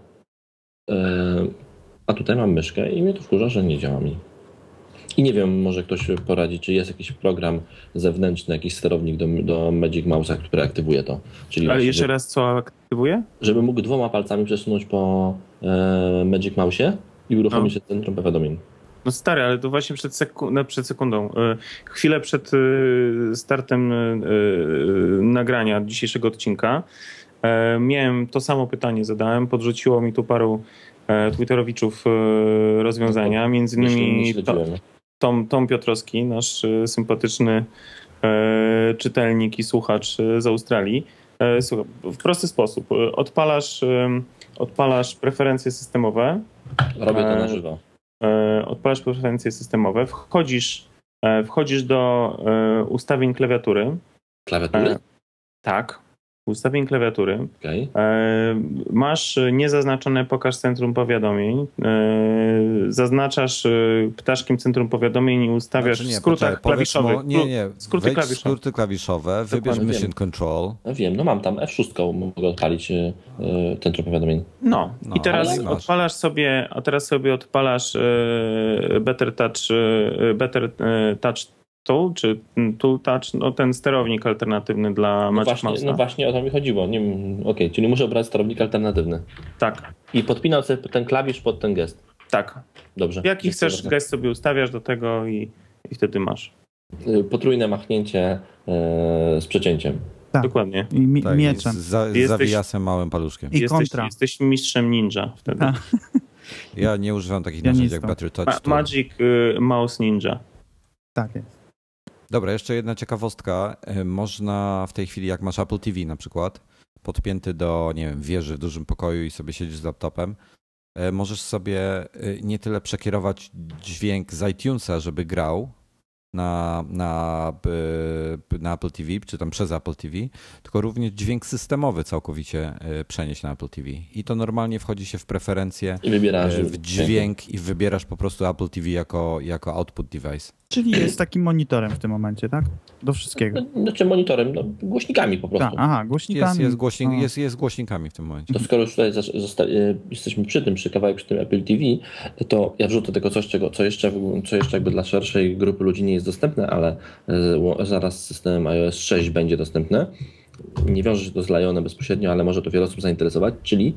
a tutaj mam myszkę i mnie to wkurza, że nie działa mi. I nie wiem, może ktoś poradzi, czy jest jakiś program zewnętrzny, jakiś sterownik do Magic Mouse'a, który aktywuje to. Czyli ale jeszcze raz, co aktywuje? Żeby mógł 2 palcami przesunąć po Magic Mouse'ie i uruchomić się centrum powiadomień. No stary, ale to właśnie przed sekundą. Chwilę przed startem nagrania dzisiejszego odcinka miałem to samo pytanie, zadałem, podrzuciło mi tu paru twitterowiczów rozwiązania, między innymi Tom Piotrowski, nasz sympatyczny czytelnik i słuchacz z Australii. Słuchaj, w prosty sposób. Odpalasz preferencje systemowe. Robię to na żywo. Odpalasz preferencje systemowe, wchodzisz do ustawień klawiatury. Klawiatury? Tak. ustawień klawiatury. Okay. Masz niezaznaczone pokaż centrum powiadomień. Zaznaczasz ptaszkiem centrum powiadomień i ustawiasz w skrótach klawiszowych. Skróty klawiszowe. Skróty klawiszowe, wybierz Mission Control. No wiem, mam tam F6, mogę odpalić centrum powiadomień. No i teraz odpalasz sobie, odpalasz Better Touch Tool, czy Tool Touch, ten sterownik alternatywny dla Magic Mouse'a. No właśnie o to mi chodziło. Okej, czyli muszę obrać sterownik alternatywny. Tak. I podpinał sobie ten klawisz pod ten gest. Tak. Dobrze. Jaki chcesz gest sobie ustawiasz do tego i wtedy masz. Potrójne machnięcie z przecięciem. Tak. Dokładnie. I mieczem. Z zawijasem małym paluszkiem. I kontra. Jesteś mistrzem ninja wtedy. Ja nie używam takich narzędzi jak Better Touch. Magic Mouse Ninja. Tak jest. Dobra, jeszcze jedna ciekawostka. Można w tej chwili, jak masz Apple TV na przykład, podpięty do, nie wiem, wieży w dużym pokoju i sobie siedzisz z laptopem, możesz sobie nie tyle przekierować dźwięk z iTunesa, żeby grał na Apple TV, czy tam przez Apple TV, tylko również dźwięk systemowy całkowicie przenieść na Apple TV. I to normalnie wchodzi się w preferencje, i wybierasz w dźwięk i wybierasz po prostu Apple TV jako output device. Czyli jest takim monitorem w tym momencie, tak? Do wszystkiego. Znaczy monitorem, głośnikami po prostu. Aha, głośnikami. Jest głośnikami w tym momencie. To skoro już tutaj jesteśmy przy kawałek przy tym Apple TV, to ja wrzucę tylko coś, co jeszcze jakby dla szerszej grupy ludzi nie jest dostępne, ale zaraz z systemem iOS 6 będzie dostępne. Nie wiąże się to z Lionem bezpośrednio, ale może to wiele osób zainteresować, czyli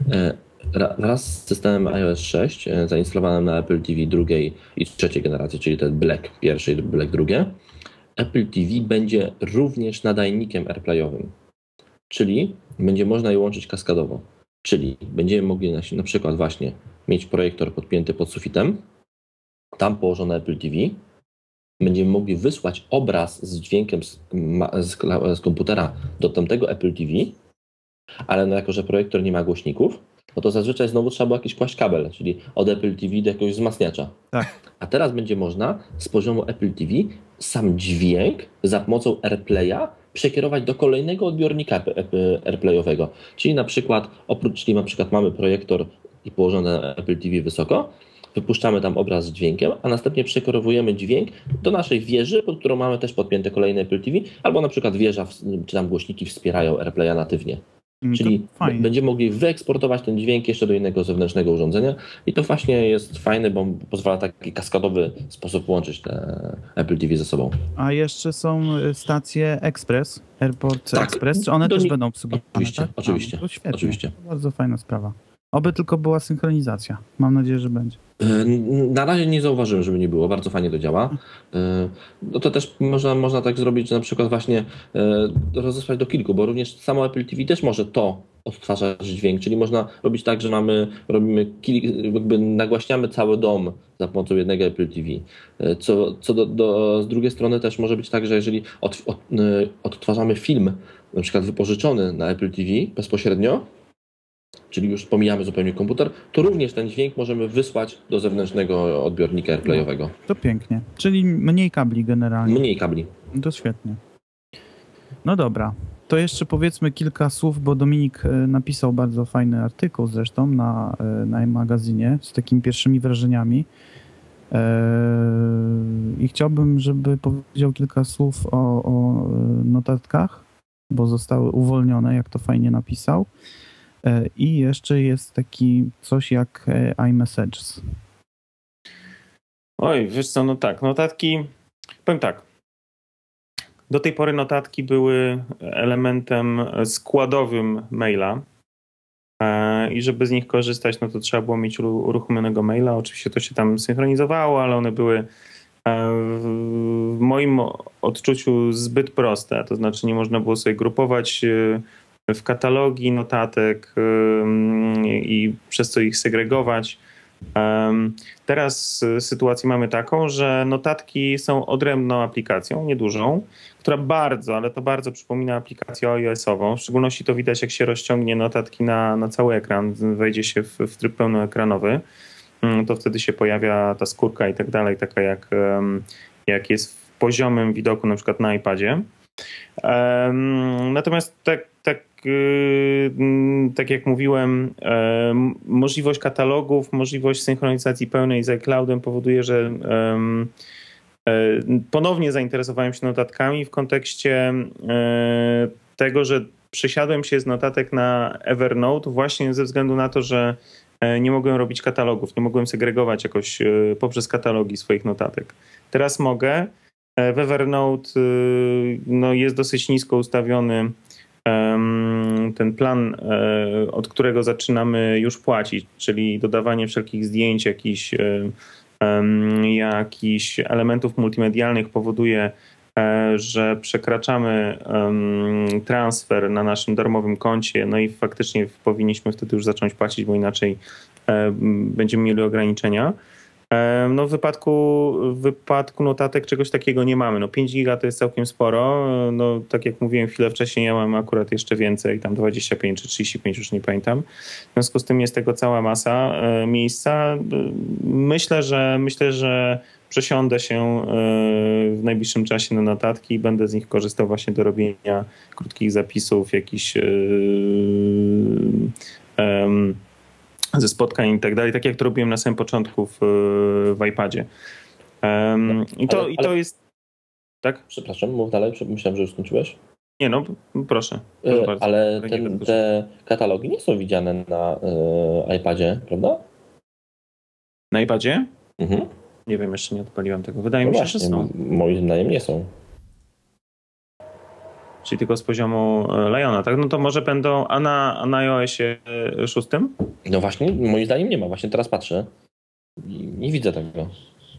wraz z systemem iOS 6 zainstalowanym na Apple TV drugiej i trzeciej generacji, czyli ten Black pierwsze i Black drugie, Apple TV będzie również nadajnikiem AirPlayowym, czyli będzie można je łączyć kaskadowo. Czyli będziemy mogli na przykład właśnie mieć projektor podpięty pod sufitem, tam położone Apple TV, będziemy mogli wysłać obraz z dźwiękiem z komputera do tamtego Apple TV, ale no jako, że projektor nie ma głośników, no to zazwyczaj znowu trzeba było jakiś kłaść kabel, czyli od Apple TV do jakiegoś wzmacniacza. Tak. A teraz będzie można z poziomu Apple TV sam dźwięk za pomocą AirPlaya przekierować do kolejnego odbiornika AirPlayowego. Czyli na przykład mamy projektor i położony Apple TV wysoko, wypuszczamy tam obraz z dźwiękiem, a następnie przekierowujemy dźwięk do naszej wieży, pod którą mamy też podpięte kolejne Apple TV, albo na przykład wieża czy tam głośniki wspierają AirPlaya natywnie. Czyli będziemy mogli wyeksportować ten dźwięk jeszcze do innego zewnętrznego urządzenia i to właśnie jest fajne, bo pozwala taki kaskadowy sposób połączyć te Apple TV ze sobą. A jeszcze są stacje Express, Airport Express, czy one też będą obsługiwane? Oczywiście, tak? oczywiście. To świetnie. Oczywiście. To bardzo fajna sprawa. Oby tylko była synchronizacja. Mam nadzieję, że będzie. Na razie nie zauważyłem, żeby nie było. Bardzo fajnie to działa. No to też można tak zrobić, że na przykład właśnie rozesłać do kilku, bo również samo Apple TV też może to odtwarzać dźwięk, czyli można robić tak, że jakby nagłaśniamy cały dom za pomocą jednego Apple TV. Z drugiej strony też może być tak, że jeżeli odtwarzamy film, na przykład wypożyczony na Apple TV bezpośrednio, czyli już pomijamy zupełnie komputer, to również ten dźwięk możemy wysłać do zewnętrznego odbiornika AirPlayowego. To pięknie. Czyli mniej kabli generalnie. Mniej kabli. To świetnie. No dobra. To jeszcze powiedzmy kilka słów, bo Dominik napisał bardzo fajny artykuł zresztą na magazynie z takimi pierwszymi wrażeniami. I chciałbym, żeby powiedział kilka słów o notatkach, bo zostały uwolnione, jak to fajnie napisał. I jeszcze jest taki coś jak iMessages. Oj, wiesz co, no tak, notatki, powiem tak, do tej pory notatki były elementem składowym maila i żeby z nich korzystać, no to trzeba było mieć uruchomionego maila, oczywiście to się tam synchronizowało, ale one były w moim odczuciu zbyt proste, to znaczy nie można było sobie grupować w katalogi notatek i przez co ich segregować. Teraz sytuację mamy taką, że notatki są odrębną aplikacją, niedużą, która bardzo przypomina aplikację iOS-ową. W szczególności to widać, jak się rozciągnie notatki na cały ekran, wejdzie się w tryb pełnoekranowy, to wtedy się pojawia ta skórka i tak dalej, taka jak jest w poziomym widoku, na przykład na iPadzie. Natomiast tak tak jak mówiłem, możliwość katalogów, możliwość synchronizacji pełnej z iCloudem powoduje, że ponownie zainteresowałem się notatkami w kontekście tego, że przesiadłem się z notatek na Evernote właśnie ze względu na to, że nie mogłem robić katalogów, nie mogłem segregować jakoś poprzez katalogi swoich notatek. Teraz mogę. W Evernote jest dosyć nisko ustawiony ten plan, od którego zaczynamy już płacić, czyli dodawanie wszelkich zdjęć, jakichś elementów multimedialnych powoduje, że przekraczamy transfer na naszym darmowym koncie, no i faktycznie powinniśmy wtedy już zacząć płacić, bo inaczej będziemy mieli ograniczenia. No w wypadku notatek czegoś takiego nie mamy. No 5 giga to jest całkiem sporo. No tak jak mówiłem chwilę wcześniej, ja mam akurat jeszcze więcej, tam 25 czy 35, już nie pamiętam. W związku z tym jest tego cała masa miejsca. Myślę, że przesiądę się w najbliższym czasie na notatki i będę z nich korzystał właśnie do robienia krótkich zapisów, jakichś ze spotkań i tak dalej, tak jak to robiłem na samym początku w iPadzie. To jest... Tak? Przepraszam, mów dalej, myślałem, że już skończyłeś. Nie no, proszę. Bardzo. Ale te katalogi nie są widziane na iPadzie, prawda? Na iPadzie? Mhm. Nie wiem, jeszcze nie odpaliłem tego. Wydaje mi się, że są. Moim zdaniem nie są. Czyli tylko z poziomu Liona, tak? No to może będą, a na iOSie 6? No właśnie, moim zdaniem nie ma. Właśnie teraz patrzę i nie widzę tego.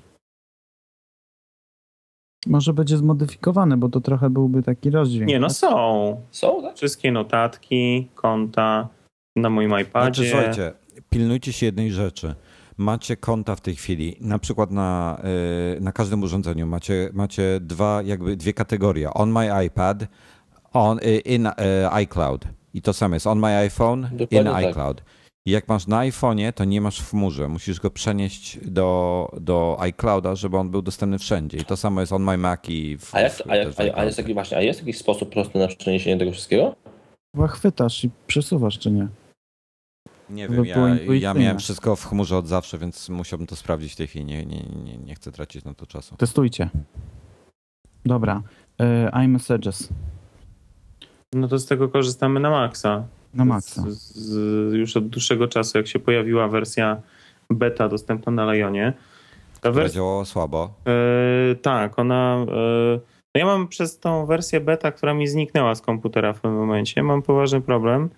Może będzie zmodyfikowane, bo to trochę byłby taki rozdźwięk. Nie, no tak? są. Są, tak? Wszystkie notatki, konta na moim iPadzie. Znaczy, słuchajcie, pilnujcie się jednej rzeczy. Macie konta w tej chwili, na przykład na każdym urządzeniu macie dwie kategorie. On my iPad, in iCloud. I to samo jest on my iPhone, Dokładnie in tak. iCloud. I jak masz na iPhone'ie, to nie masz w chmurze. Musisz go przenieść do iClouda, żeby on był dostępny wszędzie. I to samo jest on my Mac i jest jakiś sposób prosty na przeniesienie tego wszystkiego? Chyba chwytasz i przesuwasz, czy nie? Nie To wiem, by było ja intuicyjne. miałem wszystko w chmurze od zawsze, więc musiałbym to sprawdzić w tej chwili. Nie chcę tracić na to czasu. Testujcie. Dobra. iMessages. No to z tego korzystamy na maksa. Na maksa. Już od dłuższego czasu, jak się pojawiła wersja beta dostępna na Lionie. Która działała słabo. Tak, ona... ja mam przez tą wersję beta, która mi zniknęła z komputera w pewnym momencie, mam poważny problem,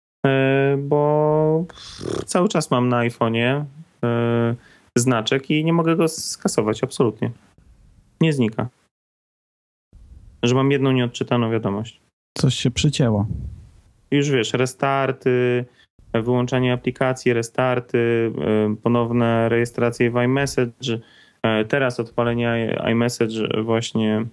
bo cały czas mam na iPhone'ie znaczek i nie mogę go skasować absolutnie. Nie znika. Że mam jedną nieodczytaną wiadomość. Coś się przycięło. Już wiesz, restarty, wyłączanie aplikacji, restarty, ponowne rejestracje w iMessage, teraz odpalenie iMessage właśnie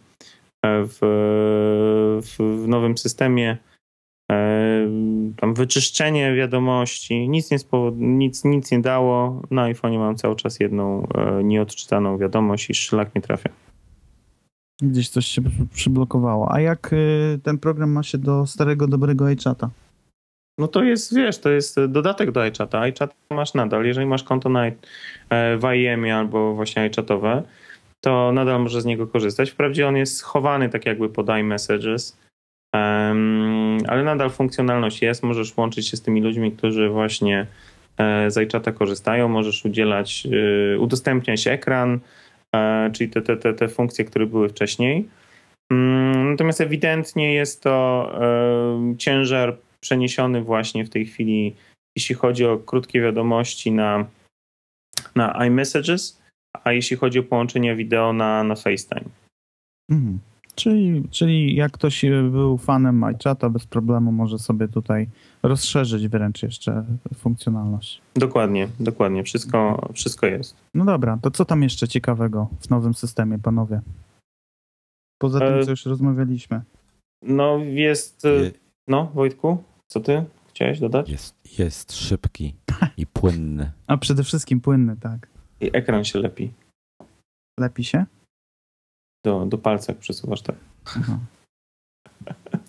w nowym systemie, tam wyczyszczenie wiadomości, nic nie dało. Na iPhone'ie mam cały czas jedną nieodczytaną wiadomość i szlak nie trafia. Gdzieś coś się przyblokowało. A jak ten program ma się do starego, dobrego iChata? No to jest, wiesz, to jest dodatek do iChata. iChat masz nadal. Jeżeli masz konto w IEM-ie albo właśnie iChatowe, to nadal możesz z niego korzystać. Wprawdzie on jest schowany tak jakby pod iMessages, ale nadal funkcjonalność jest. Możesz łączyć się z tymi ludźmi, którzy właśnie z iChata korzystają. Możesz udostępniać ekran, czyli te funkcje, które były wcześniej. Natomiast ewidentnie jest to ciężar przeniesiony właśnie w tej chwili, jeśli chodzi o krótkie wiadomości na iMessages, a jeśli chodzi o połączenie wideo na FaceTime. Mhm. Czyli jak ktoś był fanem iChata, bez problemu może sobie tutaj rozszerzyć wręcz jeszcze funkcjonalność. Dokładnie. Wszystko jest. No dobra, to co tam jeszcze ciekawego w nowym systemie, panowie? Poza tym, co już rozmawialiśmy. No jest... No, Wojtku, co ty chciałeś dodać? Jest szybki i płynny. A przede wszystkim płynny, tak. I ekran się lepi. Lepi się? Do palca jak przesuwasz tak. Aha.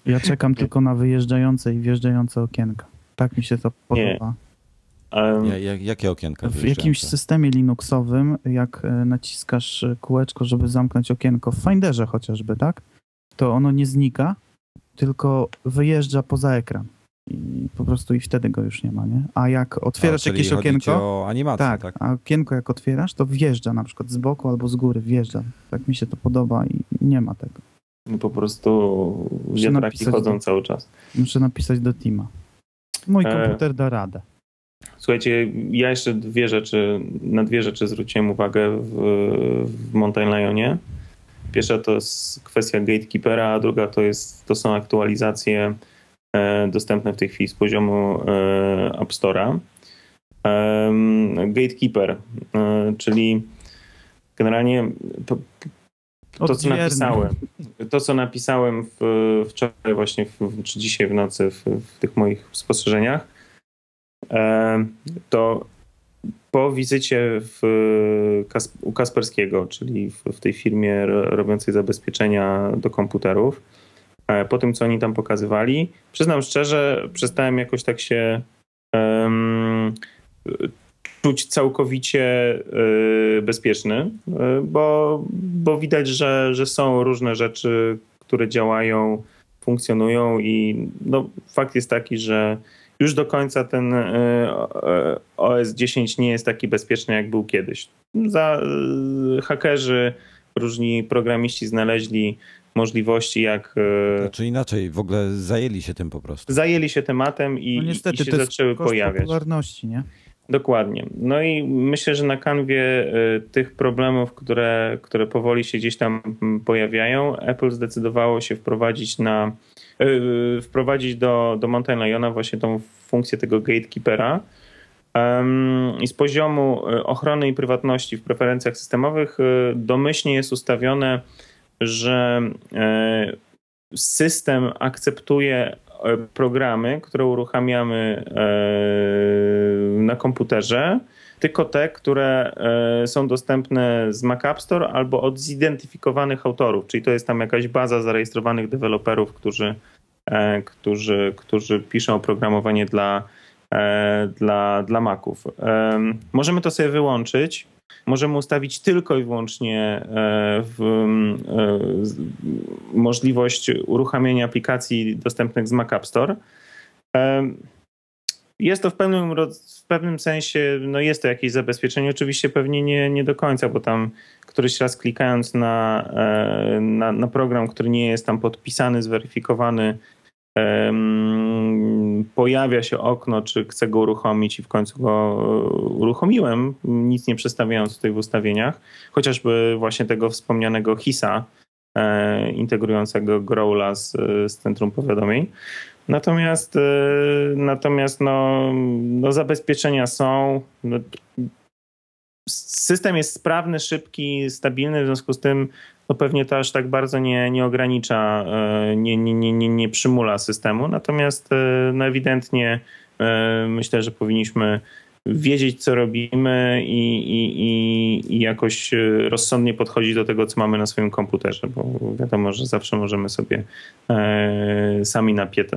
Ja czekam tylko na wyjeżdżające i wjeżdżające okienka. Tak mi się to podoba. Jakie okienka? W jakimś systemie Linuxowym, jak naciskasz kółeczko, żeby zamknąć okienko, w Finderze chociażby, tak? To ono nie znika, tylko wyjeżdża poza ekran. I po prostu i wtedy go już nie ma, nie? A jak otwierasz jakieś okienko... o animację, tak? A okienko jak otwierasz, to wjeżdża na przykład z boku albo z góry, wjeżdża. Tak mi się to podoba i nie ma tego. No po prostu wiatraki chodzą cały czas. Muszę napisać do Tima. Mój komputer da radę. Słuchajcie, ja jeszcze na dwie rzeczy zwróciłem uwagę w Mountain Lionie. Pierwsza to jest kwestia gatekeepera, a druga to są aktualizacje dostępne w tej chwili z poziomu App Store'a. Gatekeeper, czyli generalnie to, co napisałem wczoraj właśnie, czy dzisiaj w nocy w tych moich spostrzeżeniach, to po wizycie u Kasperskiego, czyli w tej firmie robiącej zabezpieczenia do komputerów, po tym, co oni tam pokazywali, przyznam szczerze, przestałem jakoś tak się czuć całkowicie bezpieczny, bo widać, że są różne rzeczy, które działają, funkcjonują i no, fakt jest taki, że już do końca ten OS 10 nie jest taki bezpieczny, jak był kiedyś. Hakerzy, różni programiści znaleźli możliwości, jak... Znaczy inaczej, w ogóle zajęli się tym po prostu. Zajęli się tematem i, niestety, i się zaczęły pojawiać. Popularności, nie? Dokładnie. No i myślę, że na kanwie tych problemów, które powoli się gdzieś tam pojawiają, Apple zdecydowało się wprowadzić do Mountain Liona właśnie tą funkcję tego gatekeepera. I z poziomu ochrony i prywatności w preferencjach systemowych domyślnie jest ustawione, że system akceptuje programy, które uruchamiamy na komputerze, tylko te, które są dostępne z Mac App Store albo od zidentyfikowanych autorów, czyli to jest tam jakaś baza zarejestrowanych deweloperów, którzy piszą oprogramowanie dla Maców. Możemy to sobie wyłączyć. Możemy ustawić tylko i wyłącznie możliwość uruchamiania aplikacji dostępnych z Mac App Store. Jest to w pewnym sensie, no jest to jakieś zabezpieczenie, oczywiście pewnie nie do końca, bo tam któryś raz klikając na program, który nie jest tam podpisany, zweryfikowany, pojawia się okno, czy chcę go uruchomić i w końcu go uruchomiłem, nic nie przestawiając tutaj w ustawieniach, chociażby właśnie tego wspomnianego HIS-a integrującego Growla z centrum powiadomień. Natomiast zabezpieczenia są. System jest sprawny, szybki, stabilny, w związku z tym pewnie to aż tak bardzo nie ogranicza, nie przymula systemu. Natomiast ewidentnie myślę, że powinniśmy wiedzieć, co robimy i jakoś rozsądnie podchodzić do tego, co mamy na swoim komputerze, bo wiadomo, że zawsze możemy sobie sami napiętać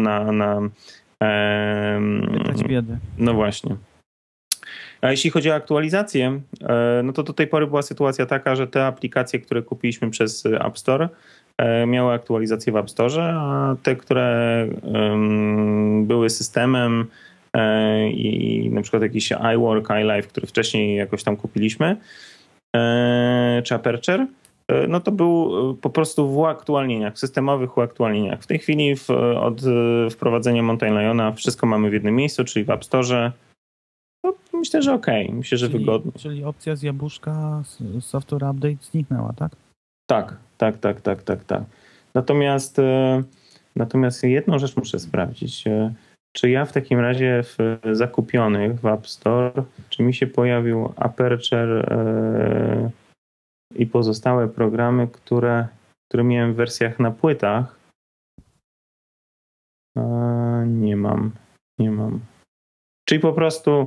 biedy. No właśnie. A jeśli chodzi o aktualizację, no to do tej pory była sytuacja taka, że te aplikacje, które kupiliśmy przez App Store, miały aktualizację w App Store, a te, które były systemem i na przykład jakiś iWork, iLife, który wcześniej jakoś tam kupiliśmy, czy Aperture, no to był po prostu w uaktualnieniach, w systemowych uaktualnieniach. W tej chwili od wprowadzenia Mountain Liona wszystko mamy w jednym miejscu, czyli w App Store. No, myślę, że okej. Myślę, że wygodnie. Czyli opcja z jabłuszka, software update zniknęła, tak? Tak. Natomiast jedną rzecz muszę sprawdzić. Czy ja w takim razie w zakupionych w App Store, czy mi się pojawił Aperture i pozostałe programy, które miałem w wersjach na płytach? Nie mam. Czyli po prostu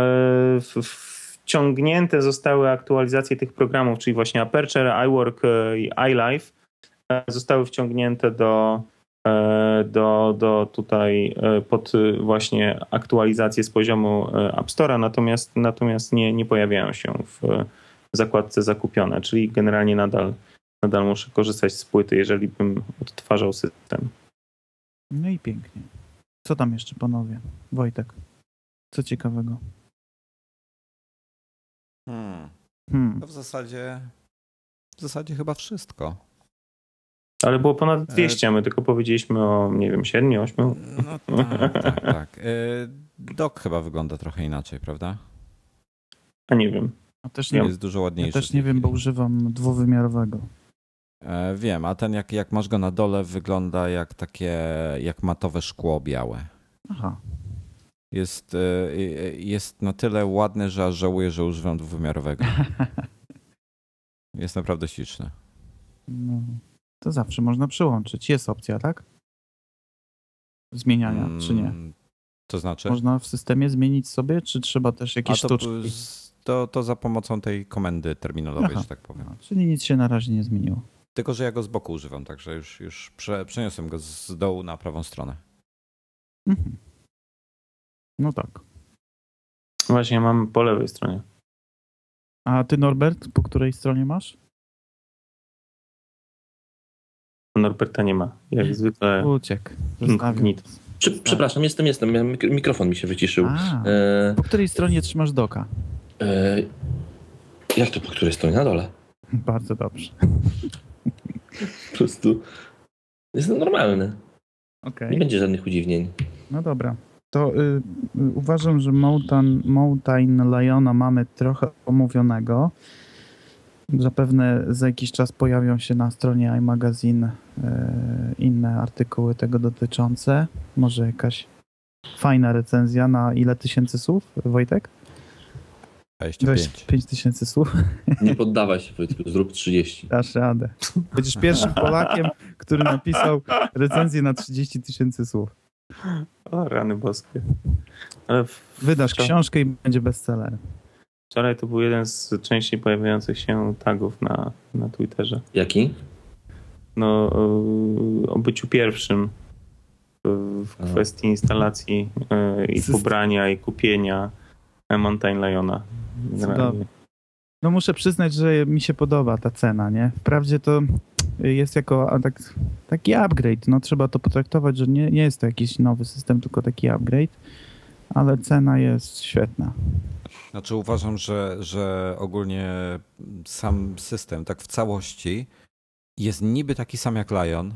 wciągnięte zostały aktualizacje tych programów, czyli właśnie Aperture, iWork i iLife zostały wciągnięte do do tutaj pod właśnie aktualizację z poziomu App Store'a, natomiast nie pojawiają się w zakładce zakupione, czyli generalnie nadal muszę korzystać z płyty, jeżeli bym odtwarzał system. No i pięknie. Co tam jeszcze, panowie? Wojtek, co ciekawego? To w zasadzie chyba wszystko. Ale było ponad 200, a my tylko powiedzieliśmy o, nie wiem, 7, 8. No tak. Dock chyba wygląda trochę inaczej, prawda? A nie wiem. A też nie, Jest dużo ładniejszy. ja też nie wiem, bo używam dwuwymiarowego. Wiem, a ten jak masz go na dole wygląda jak matowe szkło białe. Aha. Jest na tyle ładny, że aż żałuję, że używam dwuwymiarowego. Jest naprawdę śliczny. No, to zawsze można przyłączyć. Jest opcja, tak? Zmieniania, czy nie? To znaczy? Można w systemie zmienić sobie, czy trzeba też jakieś sztuczki? To za pomocą tej komendy terminalowej, że tak powiem. Czyli nic się na razie nie zmieniło. Tylko, że ja go z boku używam, także już przeniosłem go z dołu na prawą stronę. Mhm. No tak. Właśnie mam po lewej stronie. A ty, Norbert, po której stronie masz? Norberta nie ma. Jak zwykle. Uciekł. Incognito. Przepraszam, jestem. Mikrofon mi się wyciszył. Po której stronie trzymasz doka? Jak to po której stronie? Na dole. Bardzo dobrze. Po prostu jest normalny. Okay. Nie będzie żadnych udziwnień. No dobra. To uważam, że Mountain Liona mamy trochę omówionego. Zapewne za jakiś czas pojawią się na stronie iMagazine inne artykuły tego dotyczące. Może jakaś fajna recenzja na ile tysięcy słów, Wojtek? 25. 5000 słów. Nie poddawaj się, Wojtku, zrób 30. Dasz radę. Będziesz pierwszym Polakiem, który napisał recenzję na 30 000 słów. O, rany boskie. Ale Wydasz książkę i będzie bestseller. Wczoraj to był jeden z częściej pojawiających się tagów na Twitterze. Jaki? No, o byciu pierwszym w kwestii instalacji i pobrania i kupienia Mountain Liona. No muszę przyznać, że mi się podoba ta cena, nie? Wprawdzie to jest jako taki upgrade. No trzeba to potraktować, że nie jest to jakiś nowy system, tylko taki upgrade, ale cena jest świetna. Znaczy uważam, że ogólnie sam system tak w całości jest niby taki sam jak Lion,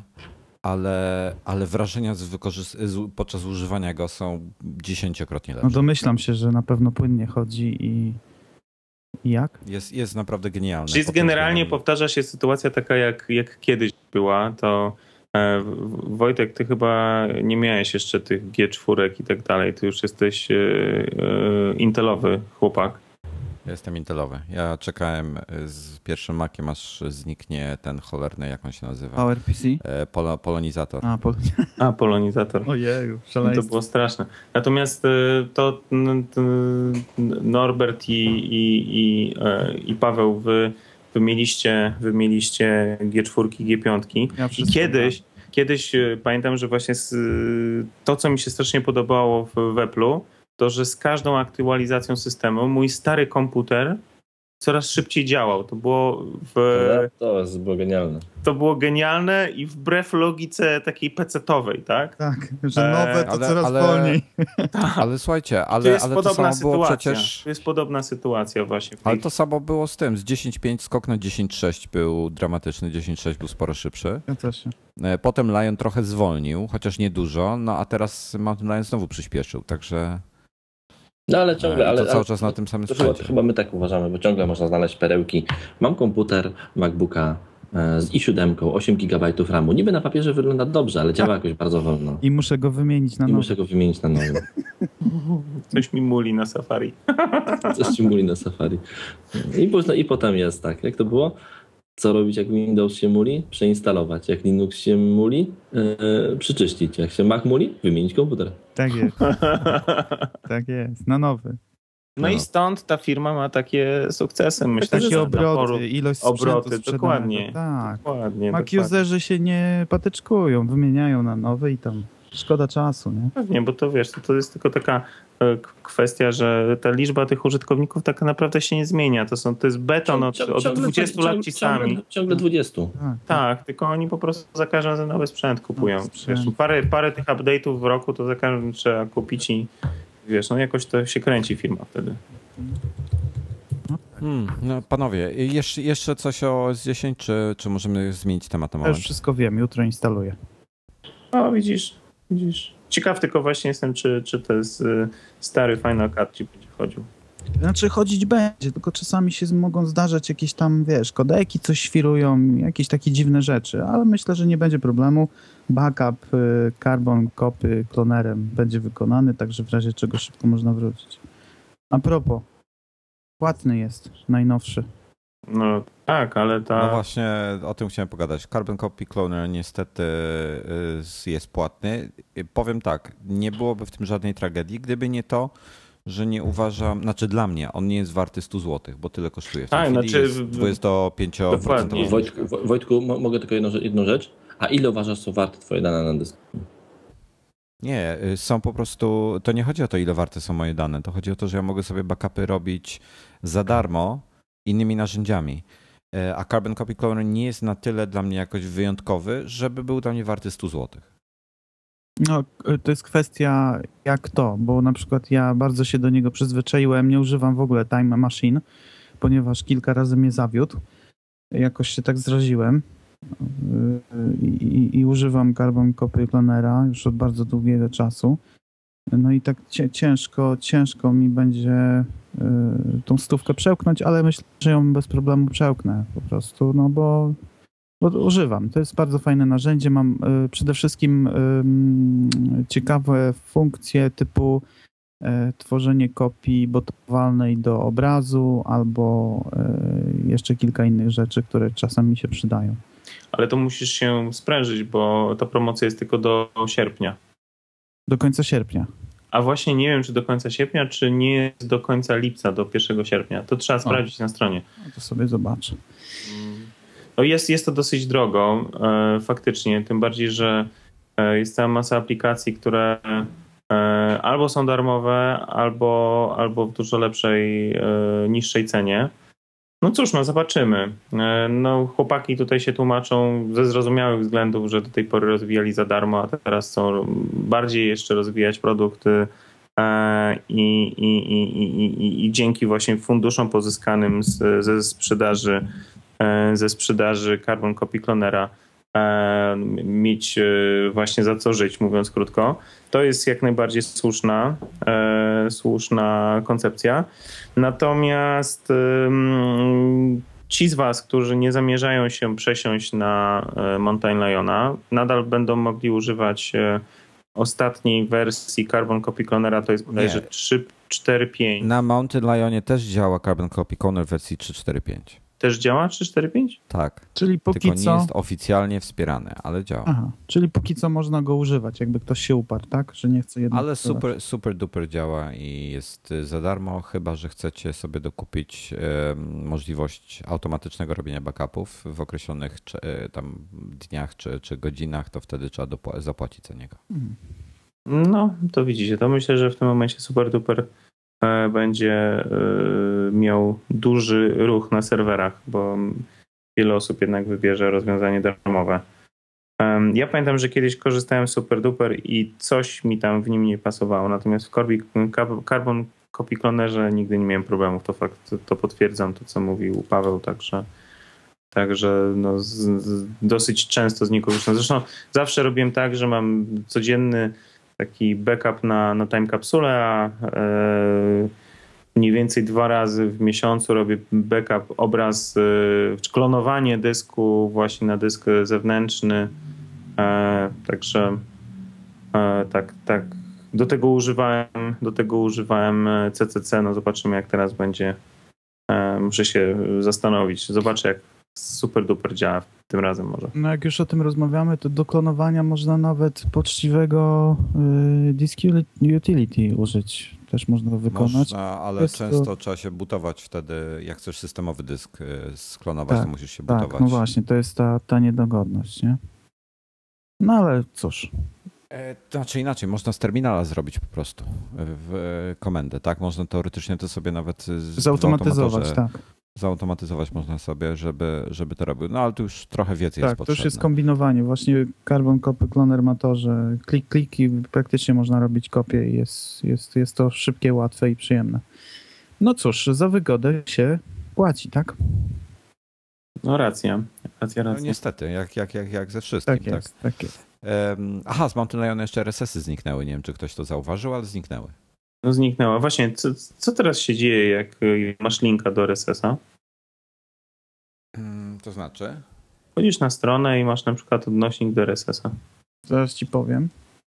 ale wrażenia podczas używania go są 10-krotnie lepsze. No domyślam się, że na pewno płynnie chodzi i jak? Jest naprawdę genialny. Czyli generalnie powtarza się sytuacja taka jak kiedyś była, to Wojtek, ty chyba nie miałeś jeszcze tych G4 i tak dalej, ty już jesteś intelowy chłopak. Ja jestem intelowy. Ja czekałem z pierwszym Maciem, aż zniknie ten cholerny, jak on się nazywa? PowerPC? Polonizator. Polonizator. Ojeju, szaleństwo. To było straszne. Natomiast to Norbert i Paweł, wy mieliście G4, G5 i kiedyś pamiętam, że właśnie to, co mi się strasznie podobało w Apple'u, to, że z każdą aktualizacją systemu mój stary komputer coraz szybciej działał. To było było genialne. To było genialne i wbrew logice takiej pecetowej, tak? Tak, że nowe to coraz wolniej. Ale słuchajcie, to jest ale podobna to samo było sytuacja. przecież... To jest podobna sytuacja właśnie. Ale to samo było z tym. Z 10.5 skok na 10.6 był dramatyczny. 10.6 był sporo szybszy. Ja też. Potem Lion trochę zwolnił, chociaż nie dużo, no a teraz Mountain Lion znowu przyspieszył, także... No ale ciągle, to cały czas na tym samym sprzęcie. Chyba my tak uważamy, bo ciągle można znaleźć perełki. Mam komputer MacBooka z i7, 8 GB RAMu. Niby na papierze wygląda dobrze, ale działa jakoś bardzo wolno. I muszę go wymienić na nowy. Coś mi muli na Safari. Coś mi muli na Safari. I potem jest tak. Jak to było? Co robić, jak Windows się muli? Przeinstalować. Jak Linux się muli? Przyczyścić. Jak się Mac muli? Wymienić komputer. Tak jest. Tak jest. Na nowy. No i stąd ta firma ma takie sukcesy. Myślę, Takie że obroty, ilość sprzętu obroty, dokładnie. Tak. Dokładnie. Mac-userzy się nie patyczkują, wymieniają na nowe i tam szkoda czasu, nie? Pewnie, bo to wiesz, to jest tylko taka kwestia, że ta liczba tych użytkowników tak naprawdę się nie zmienia. To jest beton od 20 lat ci sami. Ciągle 20. Tak, tylko oni po prostu za każdym razem nowy sprzęt kupują. Sprzęt. Wiesz, parę tych update'ów w roku to za każdym trzeba kupić i wiesz, no jakoś to się kręci firma wtedy. No panowie, jeszcze coś o S10, czy możemy zmienić temat na Ja moment? już wszystko wiem, jutro instaluję. O, widzisz. Ciekaw tylko właśnie jestem, czy to jest stary Final Cut ci będzie chodził. Znaczy chodzić będzie, tylko czasami się mogą zdarzać jakieś tam, wiesz, kodeki coś świrują, jakieś takie dziwne rzeczy, ale myślę, że nie będzie problemu. Backup Carbon Copy Clonerem będzie wykonany, także w razie czego szybko można wrócić. A propos, płatny jest, najnowszy. No tak, ale No właśnie, o tym chciałem pogadać. Carbon Copy Cloner niestety jest płatny. Powiem tak, nie byłoby w tym żadnej tragedii, gdyby nie to, że nie uważam, znaczy dla mnie, on nie jest warty 100 zł, bo tyle kosztuje. W tej chwili jest 25%. Dokładnie. Wojtku, mogę tylko jedną rzecz? A ile uważasz, są warte twoje dane na dysku? Nie, są po prostu, to nie chodzi o to, ile warte są moje dane, to chodzi o to, że ja mogę sobie backupy robić za darmo innymi narzędziami. A Carbon Copy Cloner nie jest na tyle dla mnie jakoś wyjątkowy, żeby był dla mnie warty 100 zł. No, to jest kwestia jak to, bo na przykład ja bardzo się do niego przyzwyczaiłem, nie używam w ogóle Time Machine, ponieważ kilka razy mnie zawiódł. Jakoś się tak zraziłem i używam Carbon Copy Clonera już od bardzo długiego czasu. No i tak ciężko mi będzie tą stówkę przełknąć, ale myślę, że ją bez problemu przełknę po prostu, no bo używam. To jest bardzo fajne narzędzie. Mam przede wszystkim ciekawe funkcje typu tworzenie kopii botowalnej do obrazu albo jeszcze kilka innych rzeczy, które czasami mi się przydają. Ale to musisz się sprężyć, bo ta promocja jest tylko do sierpnia. Do końca sierpnia. A właśnie nie wiem, czy do końca sierpnia, czy nie jest do końca lipca, do 1 sierpnia. To trzeba sprawdzić na stronie. No to sobie zobaczę. No jest to dosyć drogo, faktycznie, tym bardziej, że jest cała masa aplikacji, które albo są darmowe, albo w dużo lepszej, niższej cenie. No cóż, no zobaczymy. No chłopaki tutaj się tłumaczą ze zrozumiałych względów, że do tej pory rozwijali za darmo, a teraz chcą bardziej jeszcze rozwijać produkty i dzięki właśnie funduszom pozyskanym ze sprzedaży Carbon Copy Clonera mieć właśnie za co żyć, mówiąc krótko. To jest jak najbardziej słuszna koncepcja. Natomiast ci z was, którzy nie zamierzają się przesiąść na Mountain Liona, nadal będą mogli używać ostatniej wersji Carbon Copy Clonera, to jest bodajże 3.4.5. Na Mountain Lionie też działa Carbon Copy Cloner w wersji 3.4.5. Też działa 3.4.5? Tak. Czyli póki tylko co... nie jest oficjalnie wspierany, ale działa. Aha, czyli póki co można go używać, jakby ktoś się uparł, tak? Że nie chce jednak... Ale super duper działa i jest za darmo, chyba że chcecie sobie dokupić możliwość automatycznego robienia backupów w określonych tam dniach czy godzinach, to wtedy trzeba zapłacić za niego. No, to widzicie, to myślę, że w tym momencie super duper będzie miał duży ruch na serwerach, bo wiele osób jednak wybierze rozwiązanie darmowe. Ja pamiętam, że kiedyś korzystałem z Super Duper i coś mi tam w nim nie pasowało, natomiast w Carbon Copy Clonerze nigdy nie miałem problemów. To fakt, to potwierdzam to, co mówił Paweł, także no dosyć często z niego korzystam. Zresztą zawsze robiłem tak, że mam codzienny taki backup na time kapsule, a mniej więcej 2 razy w miesiącu robię backup, obraz, klonowanie dysku właśnie na dysk zewnętrzny. Także tak. Do tego używałem CCC. No zobaczymy, jak teraz będzie. Muszę się zastanowić. Zobaczę, jak super duper działa tym razem może. No jak już o tym rozmawiamy, to do klonowania można nawet poczciwego Disk Utility użyć. też można to wykonać. Można, ale Jest często trzeba się butować wtedy, jak chcesz systemowy dysk sklonować, to musisz się butować. Tak, no właśnie, to jest ta niedogodność, nie? No ale cóż. To znaczy inaczej, można z terminala zrobić po prostu w komendę, tak? Można teoretycznie to sobie nawet Zautomatyzować, tak. Zautomatyzować można sobie, żeby to robił. No ale tu już trochę wiedzy jest Tak, potrzebne. to już jest kombinowanie. Właśnie Carbon Copy Cloner ma to, że kliki, praktycznie można robić kopie i jest to szybkie, łatwe i przyjemne. No cóż, za wygodę się płaci, tak? No racja. No niestety, jak ze wszystkim. Tak jest, tak jest. Aha, z Mountain Lion jeszcze RSS-y zniknęły. Nie wiem, czy ktoś to zauważył, ale zniknęły. No zniknęła. Właśnie, co teraz się dzieje, jak masz linka do RSS-a? To znaczy? Chodzisz na stronę i masz na przykład odnośnik do RSS-a. Zaraz ci powiem.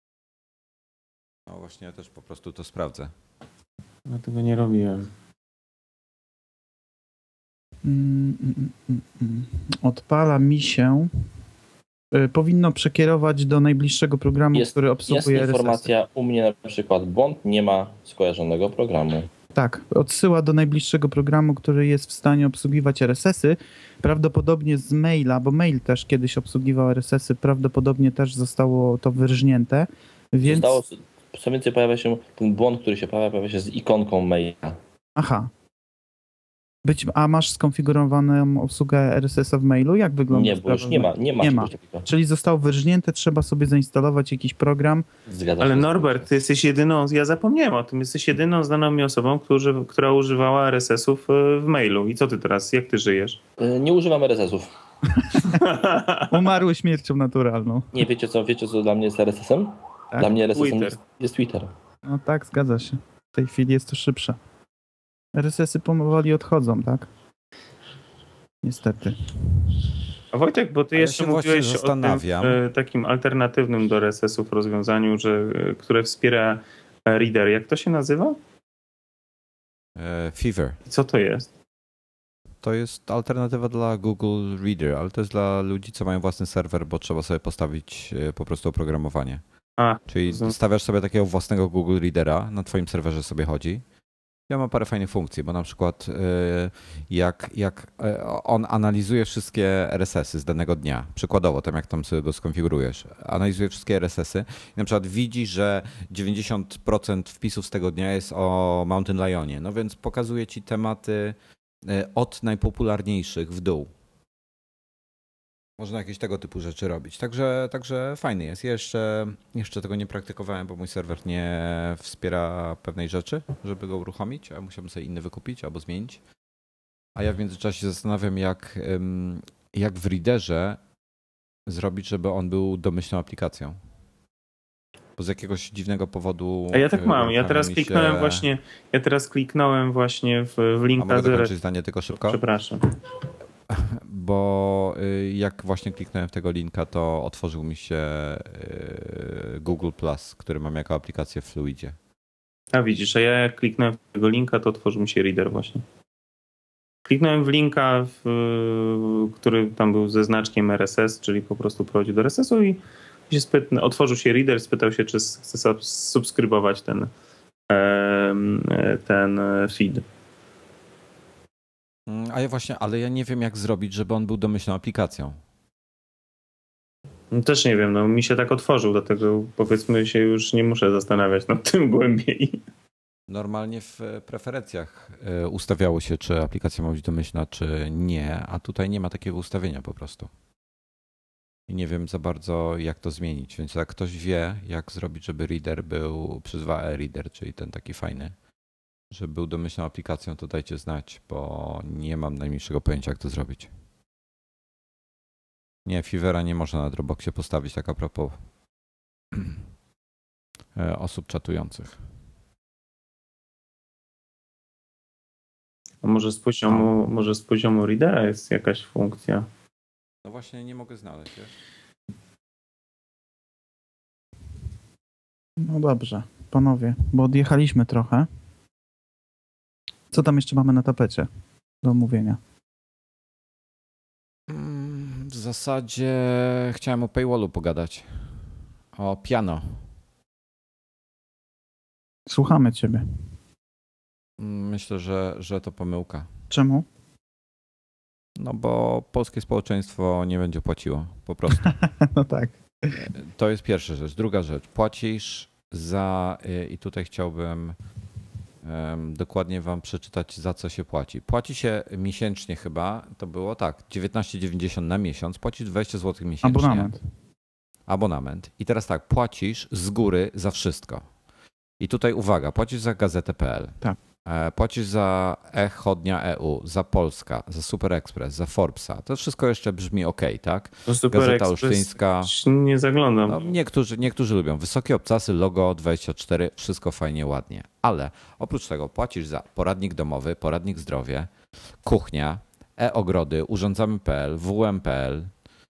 No właśnie, ja też po prostu to sprawdzę. Ja tego nie robiłem. Odpala mi się. Powinno przekierować do najbliższego programu, który obsługuje Jest informacja u mnie na przykład błąd, nie ma skojarzonego programu. Tak, odsyła do najbliższego programu, który jest w stanie obsługiwać RSS-y. Prawdopodobnie z maila, bo mail też kiedyś obsługiwał RSS-y, prawdopodobnie też zostało to wyrżnięte, więc... Co więcej, pojawia się ten błąd, który się pojawia się z ikonką maila. Aha. A masz skonfigurowaną obsługę RSS-a w mailu? Jak wygląda? Nie, bo już nie ma. Czyli zostało wyrżnięte, trzeba sobie zainstalować jakiś program. Ale Norbert, ty jesteś jedyną, ja zapomniałem o tym, jesteś jedyną znaną mi osobą, która używała RSS-ów w mailu. I co ty teraz, jak ty żyjesz? Nie używam RSS-ów. Umarły śmiercią naturalną. Nie, wiecie co dla mnie jest RSS-em? Tak? Dla mnie RSS-em jest Twitter. No tak, zgadza się. W tej chwili jest to szybsze. RSS-y powoli odchodzą, tak? Niestety. A Wojtek, bo ty jeszcze mówiłeś o tym takim alternatywnym do RSS-ów rozwiązaniu, które wspiera Reader. Jak to się nazywa? Fever. I co to jest? To jest alternatywa dla Google Reader, ale to jest dla ludzi, co mają własny serwer, bo trzeba sobie postawić po prostu oprogramowanie. Czyli stawiasz sobie takiego własnego Google Readera, na twoim serwerze sobie chodzi. Ja mam parę fajnych funkcji, bo na przykład jak on analizuje wszystkie RSS-y z danego dnia, przykładowo, jak tam sobie go skonfigurujesz, analizuje wszystkie RSS-y i na przykład widzi, że 90% wpisów z tego dnia jest o Mountain Lionie, no więc pokazuje ci tematy od najpopularniejszych w dół. Można jakieś tego typu rzeczy robić. Także fajny jest. Jeszcze tego nie praktykowałem, bo mój serwer nie wspiera pewnej rzeczy, żeby go uruchomić, a musiałbym sobie inny wykupić albo zmienić. A ja w międzyczasie zastanawiam, jak w Readerze zrobić, żeby on był domyślną aplikacją. Bo z jakiegoś dziwnego powodu... A ja tak mam. Ja teraz kliknąłem właśnie w linka... A mogę dokończyć zdanie tylko szybko? Przepraszam. Bo jak właśnie kliknąłem w tego linka, to otworzył mi się Google+, który mam jako aplikację w Fluidzie. A widzisz, a ja jak kliknąłem w tego linka, to otworzył mi się Reader właśnie. Kliknąłem w linka, który tam był ze znaczkiem RSS, czyli po prostu prowadzi do RSS-u i otworzył się Reader, spytał się, czy chce subskrybować ten feed. Ale ja nie wiem, jak zrobić, żeby on był domyślną aplikacją. No też nie wiem, no mi się tak otworzył, dlatego powiedzmy się już nie muszę zastanawiać nad tym głębiej. Normalnie w preferencjach ustawiało się, czy aplikacja ma być domyślna, czy nie, a tutaj nie ma takiego ustawienia po prostu. I nie wiem za bardzo, jak to zmienić, więc jak ktoś wie, jak zrobić, żeby Reader był przez e-Reader, czyli ten taki fajny, żeby był domyślną aplikacją, to dajcie znać, bo nie mam najmniejszego pojęcia, jak to zrobić. Nie, Fivera nie można na Dropboxie postawić, tak a propos osób czatujących. A może z poziomu Readera jest jakaś funkcja? No właśnie nie mogę znaleźć, wiesz? No dobrze, panowie, bo odjechaliśmy trochę. Co tam jeszcze mamy na tapecie do omówienia? W zasadzie chciałem o paywallu pogadać. O piano. Słuchamy ciebie. Myślę, że to pomyłka. Czemu? No bo polskie społeczeństwo nie będzie płaciło, po prostu. No tak. To jest pierwsza rzecz. Druga rzecz. Płacisz za, i tutaj chciałbym dokładnie wam przeczytać, za co się płaci. Płaci się miesięcznie chyba, to było tak, 19,90 na miesiąc, płacisz 20 zł miesięcznie. Abonament. I teraz tak, płacisz z góry za wszystko. I tutaj uwaga, płacisz za gazetę.pl. Tak. Płacisz za e-chodnia.eu, za Polska, za Super Express, za Forbesa. To wszystko jeszcze brzmi ok, tak? No Super Gazeta Express Olsztyńska. Nie zaglądam. No, niektórzy lubią. Wysokie obcasy, logo 24, wszystko fajnie, ładnie. Ale oprócz tego płacisz za poradnik domowy, poradnik zdrowie, kuchnia, e-ogrody, urządzamy.pl, wm.pl.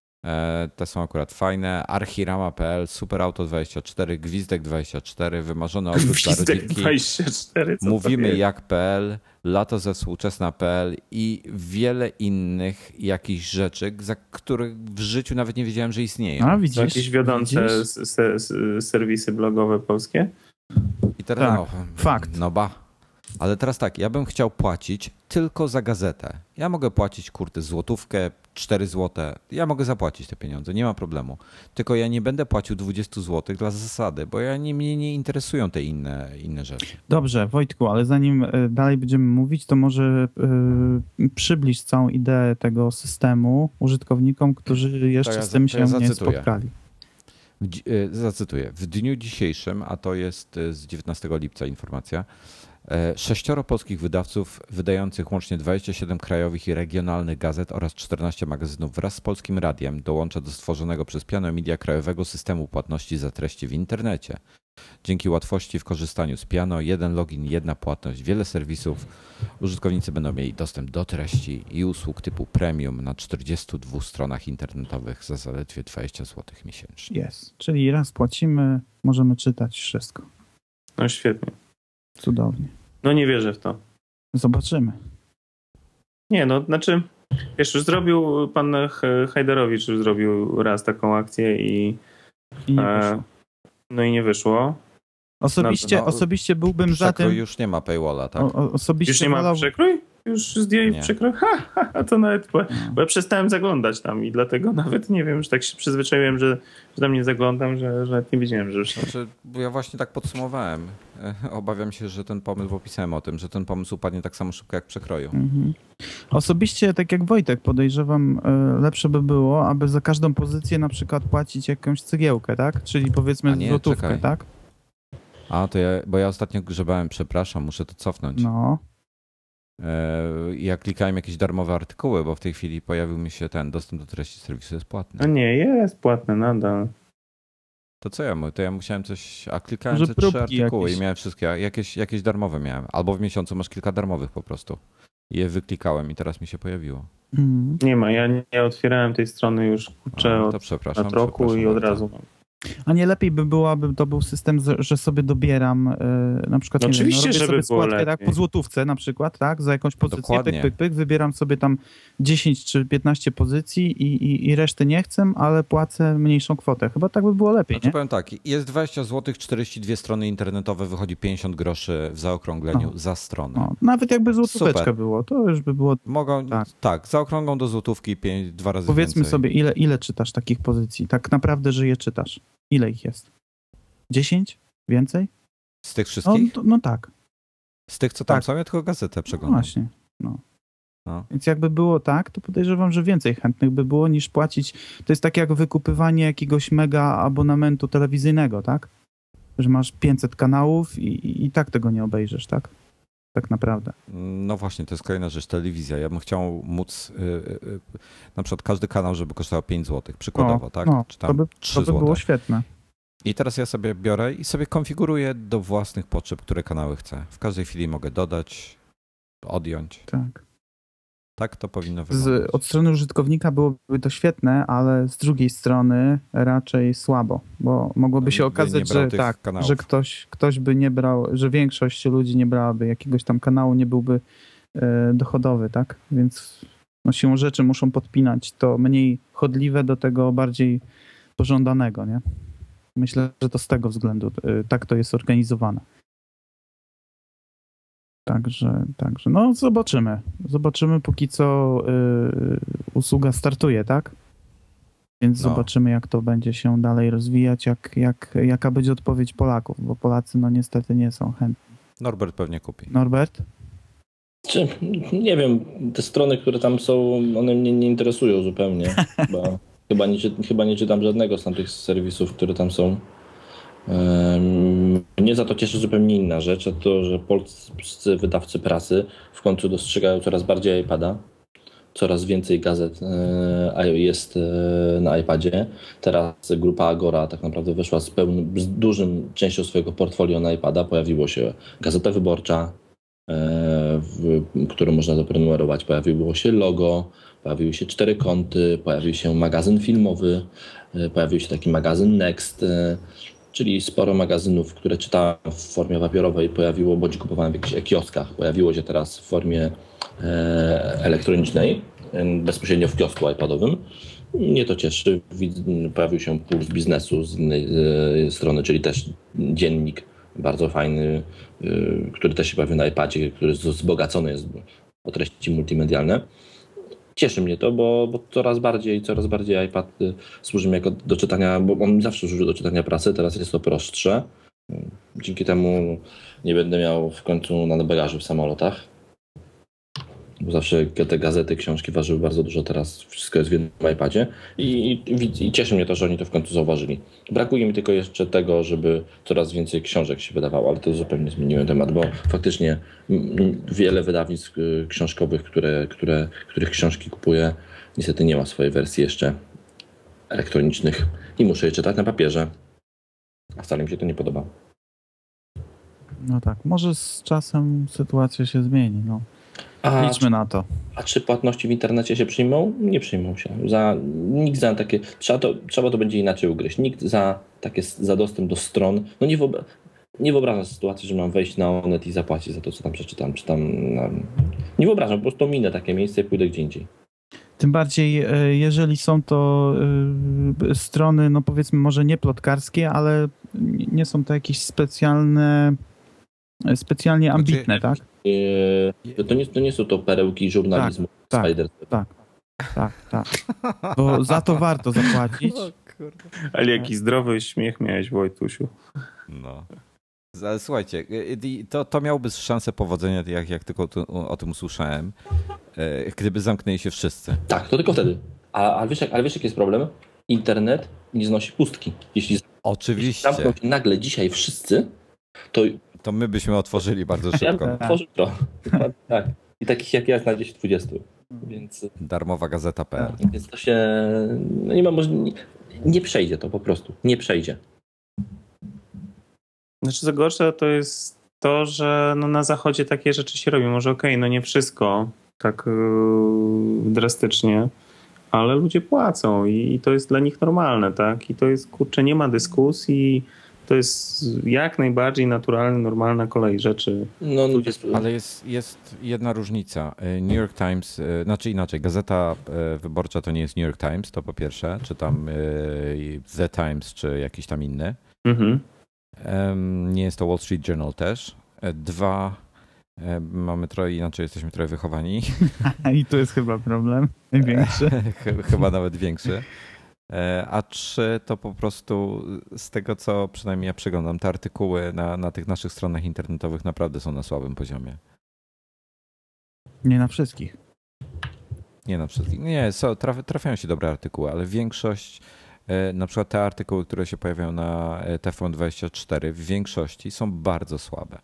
Te są akurat fajne. Archirama.pl, Superauto24, Gwizdek24, wymarzony ogród dla rodzinki. 24, Mówimy jak.pl, lato ze współczesna.pl i wiele innych jakichś rzeczy, za których w życiu nawet nie wiedziałem, że istnieją. A widzisz? To jakieś wiodące serwisy blogowe polskie? I teraz Tak, fakt. No ba. Ale teraz tak, ja bym chciał płacić tylko za gazetę. Ja mogę płacić, złotówkę, 4 złote. Ja mogę zapłacić te pieniądze, nie ma problemu. Tylko ja nie będę płacił 20 zł dla zasady, bo mnie nie interesują te inne rzeczy. Dobrze, Wojtku, ale zanim dalej będziemy mówić, to może przybliż całą ideę tego systemu użytkownikom, którzy jeszcze z tym się nie spotkali. Zacytuję. W dniu dzisiejszym, a to jest z 19 lipca informacja, 6 polskich wydawców wydających łącznie 27 krajowych i regionalnych gazet oraz 14 magazynów wraz z Polskim Radiem dołącza do stworzonego przez Piano Media krajowego systemu płatności za treści w internecie. Dzięki łatwości w korzystaniu z Piano, jeden login, jedna płatność, wiele serwisów, użytkownicy będą mieli dostęp do treści i usług typu premium na 42 stronach internetowych za zaledwie 20 zł miesięcznie. Jest, czyli raz płacimy, możemy czytać wszystko. No świetnie. Cudownie. No nie wierzę w to. Zobaczymy. Nie, no znaczy, już zrobił pan Hajderowicz, już zrobił raz taką akcję i nie wyszło. No i nie wyszło. Osobiście byłbym za tym... już nie ma paywalla, tak? Osobiście już nie ma przekrój? Już zdjęli przekrój? To nawet... Bo ja przestałem zaglądać tam i dlatego nawet nie wiem, już tak się przyzwyczaiłem, że tam nie zaglądam, że nawet nie wiedziałem, że już... Bo ja właśnie tak podsumowałem. Obawiam się, że ten pomysł, bo pisałem o tym, że ten pomysł upadnie tak samo szybko jak przekroju. Mhm. Osobiście, tak jak Wojtek, podejrzewam, lepsze by było, aby za każdą pozycję na przykład płacić jakąś cegiełkę, tak? Czyli powiedzmy złotówkę, czekaj. Tak? Bo ja ostatnio grzebałem, przepraszam, muszę to cofnąć. No. Ja klikałem jakieś darmowe artykuły, bo w tej chwili pojawił mi się ten dostęp do treści serwisu jest płatny. A nie, jest płatny nadal. To co ja mówię? To ja musiałem coś, a klikałem te 3 artykuły jakieś. I miałem wszystkie, jakieś darmowe miałem. Albo w miesiącu masz kilka darmowych po prostu. I je wyklikałem i teraz mi się pojawiło. Nie ma, ja nie otwierałem tej strony już od roku i od razu mam. A nie lepiej by było, aby to był system, że sobie dobieram na przykład, no oczywiście, robię żeby sobie składkę lepiej. Tak, po złotówce na przykład, tak, za jakąś pozycję, pyk, wybieram sobie tam 10 czy 15 pozycji i reszty nie chcę, ale płacę mniejszą kwotę. Chyba tak by było lepiej, nie? Powiem tak, jest 20 zł, 42 strony internetowe, wychodzi 50 groszy w zaokrągleniu za stronę. Nawet jakby złotóweczka było, to już by było... Mogą, tak, zaokrągłą do złotówki 2 razy Powiedzmy więcej. sobie, ile czytasz takich pozycji? Tak naprawdę, że je czytasz. Ile ich jest? 10? Więcej? Z tych wszystkich? No tak. Z tych, co tam są, ja tylko gazetę przeglądam. No właśnie. No. Więc jakby było tak, to podejrzewam, że więcej chętnych by było niż płacić. To jest tak jak wykupywanie jakiegoś mega abonamentu telewizyjnego, tak? Że masz 500 kanałów i tak tego nie obejrzysz, tak? Tak naprawdę. No właśnie, to jest kolejna rzecz, telewizja. Ja bym chciał móc na przykład każdy kanał, żeby kosztował 5 zł, przykładowo, tak? Czy tam 3 to by było świetne. I teraz ja sobie biorę i sobie konfiguruję do własnych potrzeb, które kanały chcę. W każdej chwili mogę dodać, odjąć. Tak. Tak to powinno wyglądać. Od strony użytkownika byłoby to świetne, ale z drugiej strony raczej słabo, bo mogłoby się okazać, że ktoś by nie brał, że większość ludzi nie brałaby jakiegoś tam kanału, nie byłby dochodowy, tak? Więc siłą rzeczy muszą podpinać to mniej chodliwe do tego bardziej pożądanego, nie? Myślę, że to z tego względu tak to jest organizowane. Także no zobaczymy. Zobaczymy, póki co usługa startuje, tak? Więc zobaczymy, jak to będzie się dalej rozwijać, jaka będzie odpowiedź Polaków, bo Polacy no niestety nie są chętni. Norbert pewnie kupi. Norbert? Nie wiem, te strony, które tam są, one mnie nie interesują zupełnie. Chyba nie czytam żadnego z tamtych serwisów, które tam są. Mnie za to cieszy zupełnie inna rzecz, a to, że polscy wydawcy prasy w końcu dostrzegają coraz bardziej iPada. Coraz więcej gazet jest na iPadzie. Teraz grupa Agora tak naprawdę weszła z dużym częścią swojego portfolio na iPada. Pojawiło się Gazeta Wyborcza, którą można zaprenumerować. Pojawiło się logo, pojawiły się 4 kąty, pojawił się magazyn filmowy, pojawił się taki magazyn Next, czyli sporo magazynów, które czytałem w formie papierowej, pojawiło, bądź kupowałem w jakichś kioskach. Pojawiło się teraz w formie elektronicznej, bezpośrednio w kiosku iPadowym. Mnie to cieszy. Pojawił się Puls Biznesu z innej strony, czyli też dziennik bardzo fajny, który też się pojawił na iPadzie, który wzbogacony jest o treści multimedialne. Cieszy mnie to, bo coraz bardziej iPad służy mi jako do czytania, bo on zawsze służył do czytania prasy, teraz jest to prostsze. Dzięki temu nie będę miał w końcu na bagażu w samolotach. Bo zawsze te gazety, książki ważyły bardzo dużo, teraz wszystko jest w jednym iPadzie i cieszy mnie to, że oni to w końcu zauważyli. Brakuje mi tylko jeszcze tego, żeby coraz więcej książek się wydawało, ale to zupełnie zmieniłem temat, bo faktycznie wiele wydawnictw książkowych, których książki kupuję, niestety nie ma swojej wersji jeszcze elektronicznych i muszę je czytać na papierze, a wcale mi się to nie podoba. No tak, może z czasem sytuacja się zmieni, no. Liczmy na to. A czy płatności w internecie się przyjmą? Nie przyjmą się. Nikt za takie. Trzeba to będzie inaczej ugryźć. Nikt za dostęp do stron. No nie wyobrażam sobie sytuacji, że mam wejść na Onet i zapłacić za to, co tam przeczytam. Nie wyobrażam, po prostu minę takie miejsce i pójdę gdzie indziej. Tym bardziej, jeżeli są to strony, no powiedzmy może nie plotkarskie, ale nie są to jakieś specjalnie ambitne, tak? To nie są to perełki żurnalizmu. Tak. Bo za to warto zapłacić. Ale jaki zdrowy śmiech miałeś, Wojtusiu. No. Słuchajcie, to miałoby szansę powodzenia, jak tylko o tym usłyszałem, gdyby zamknęli się wszyscy. Tak, to tylko wtedy. Ale wiesz jaki jest problem? Internet nie znosi pustki. Jeśli zamkną się nagle dzisiaj wszyscy, to my byśmy otworzyli bardzo szybko. Ja otworzył to. Tak. I takich jak ja znajdzie się 20. Więc... Darmowa gazeta.pl. Więc to się... No nie ma nie przejdzie to po prostu. Nie przejdzie. Znaczy co gorsze to jest to, że no na zachodzie takie rzeczy się robi. Może no nie wszystko tak drastycznie, ale ludzie płacą i to jest dla nich normalne, tak? I to jest, nie ma dyskusji. To jest jak najbardziej naturalna, normalna kolej rzeczy. Ale jest jedna różnica. New York Times, znaczy inaczej, Gazeta Wyborcza to nie jest New York Times, to po pierwsze, czy tam The Times, czy jakiś tam inny. Mhm. Nie jest to Wall Street Journal też. 2, mamy trochę inaczej, jesteśmy trochę wychowani. I to jest chyba problem największy. Chyba nawet większy. A 3 to po prostu z tego, co przynajmniej ja przeglądam, te artykuły na tych naszych stronach internetowych naprawdę są na słabym poziomie. Nie na wszystkich. Nie na wszystkich. Nie, trafiają się dobre artykuły, ale większość, na przykład te artykuły, które się pojawiają na TVN24 w większości są bardzo słabe.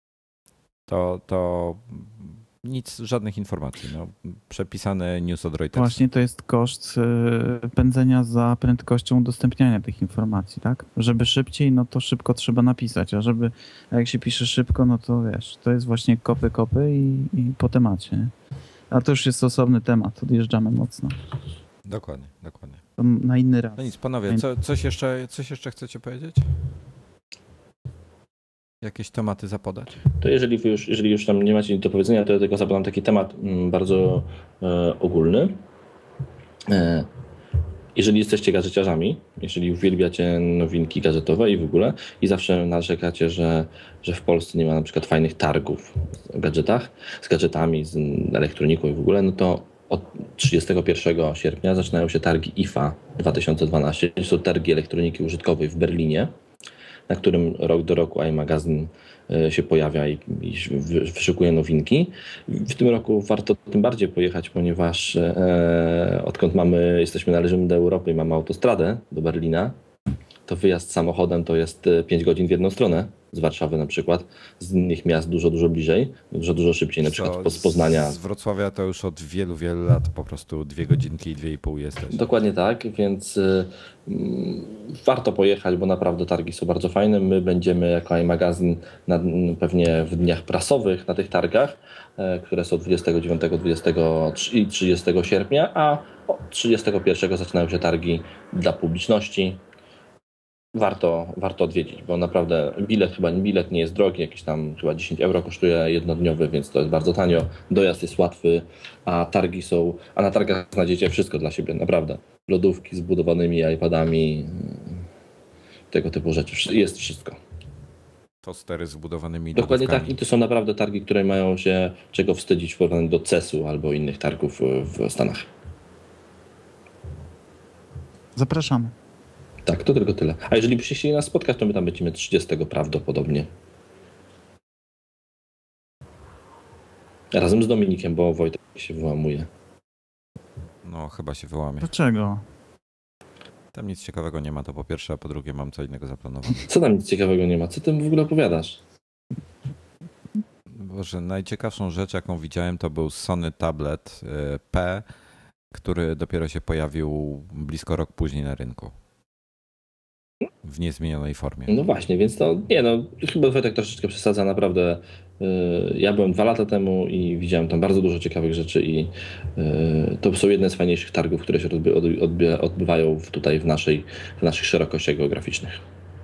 To nic, żadnych informacji. No, przepisane news od Reutersa. Właśnie to jest koszt pędzenia za prędkością udostępniania tych informacji, tak? Żeby szybciej, no to szybko trzeba napisać, a jak się pisze szybko, no to wiesz, to jest właśnie kopy i po temacie. Nie? A to już jest osobny temat, odjeżdżamy mocno. Dokładnie. To na inny raz. No nic, panowie, coś jeszcze chcecie powiedzieć? Jakieś tematy zapodać? To jeżeli już tam nie macie nic do powiedzenia, to ja tylko zapodam taki temat bardzo ogólny. jeżeli jesteście gadżeciarzami, jeżeli uwielbiacie nowinki gadżetowe i w ogóle i zawsze narzekacie, że w Polsce nie ma na przykład fajnych targów w gadżetach, z gadżetami, z elektroniką i w ogóle, no to od 31 sierpnia zaczynają się targi IFA 2012. To są targi elektroniki użytkowej w Berlinie, na którym rok do roku iMagazine się pojawia i wyszukuje nowinki. W tym roku warto tym bardziej pojechać, ponieważ odkąd należymy do Europy i mamy autostradę do Berlina, to wyjazd samochodem to jest 5 godzin w jedną stronę, z Warszawy na przykład, z innych miast dużo bliżej, dużo szybciej, na przykład z Poznania. Z Wrocławia to już od wielu lat po prostu 2 godzinki i 2,5 jesteś. Dokładnie tak, więc warto pojechać, bo naprawdę targi są bardzo fajne. My będziemy jako iMagazine pewnie w dniach prasowych na tych targach, które są 29, 20 i 30 sierpnia, a 31 zaczynają się targi dla publiczności. Warto odwiedzić, bo naprawdę bilet nie jest drogi, jakieś tam chyba 10 euro kosztuje jednodniowy, więc to jest bardzo tanio, dojazd jest łatwy, a na targach znajdziecie wszystko dla siebie, naprawdę. Lodówki z budowanymi iPadami, tego typu rzeczy, jest wszystko. Tostery z budowanymi Dokładnie lodówkami. tak, i to są naprawdę targi, które mają się czego wstydzić w porównaniu do CES-u albo innych targów w Stanach. Zapraszamy. Tak, to tylko tyle. A jeżeli byście chcieli nas spotkać, to my tam będziemy 30 prawdopodobnie. Razem z Dominikiem, bo Wojtek się wyłamuje. No, chyba się wyłamie. Dlaczego? Tam nic ciekawego nie ma, to po pierwsze, a po drugie mam co innego zaplanowane. Co tam nic ciekawego nie ma? Co ty w ogóle opowiadasz? Boże, najciekawszą rzecz, jaką widziałem, to był Sony Tablet P, który dopiero się pojawił blisko rok później na rynku. W niezmienionej formie. No właśnie, więc chyba Wojtek troszeczkę przesadza, naprawdę. Ja byłem 2 lata temu i widziałem tam bardzo dużo ciekawych rzeczy i to są jedne z fajniejszych targów, które się odbywają tutaj w naszych szerokościach geograficznych.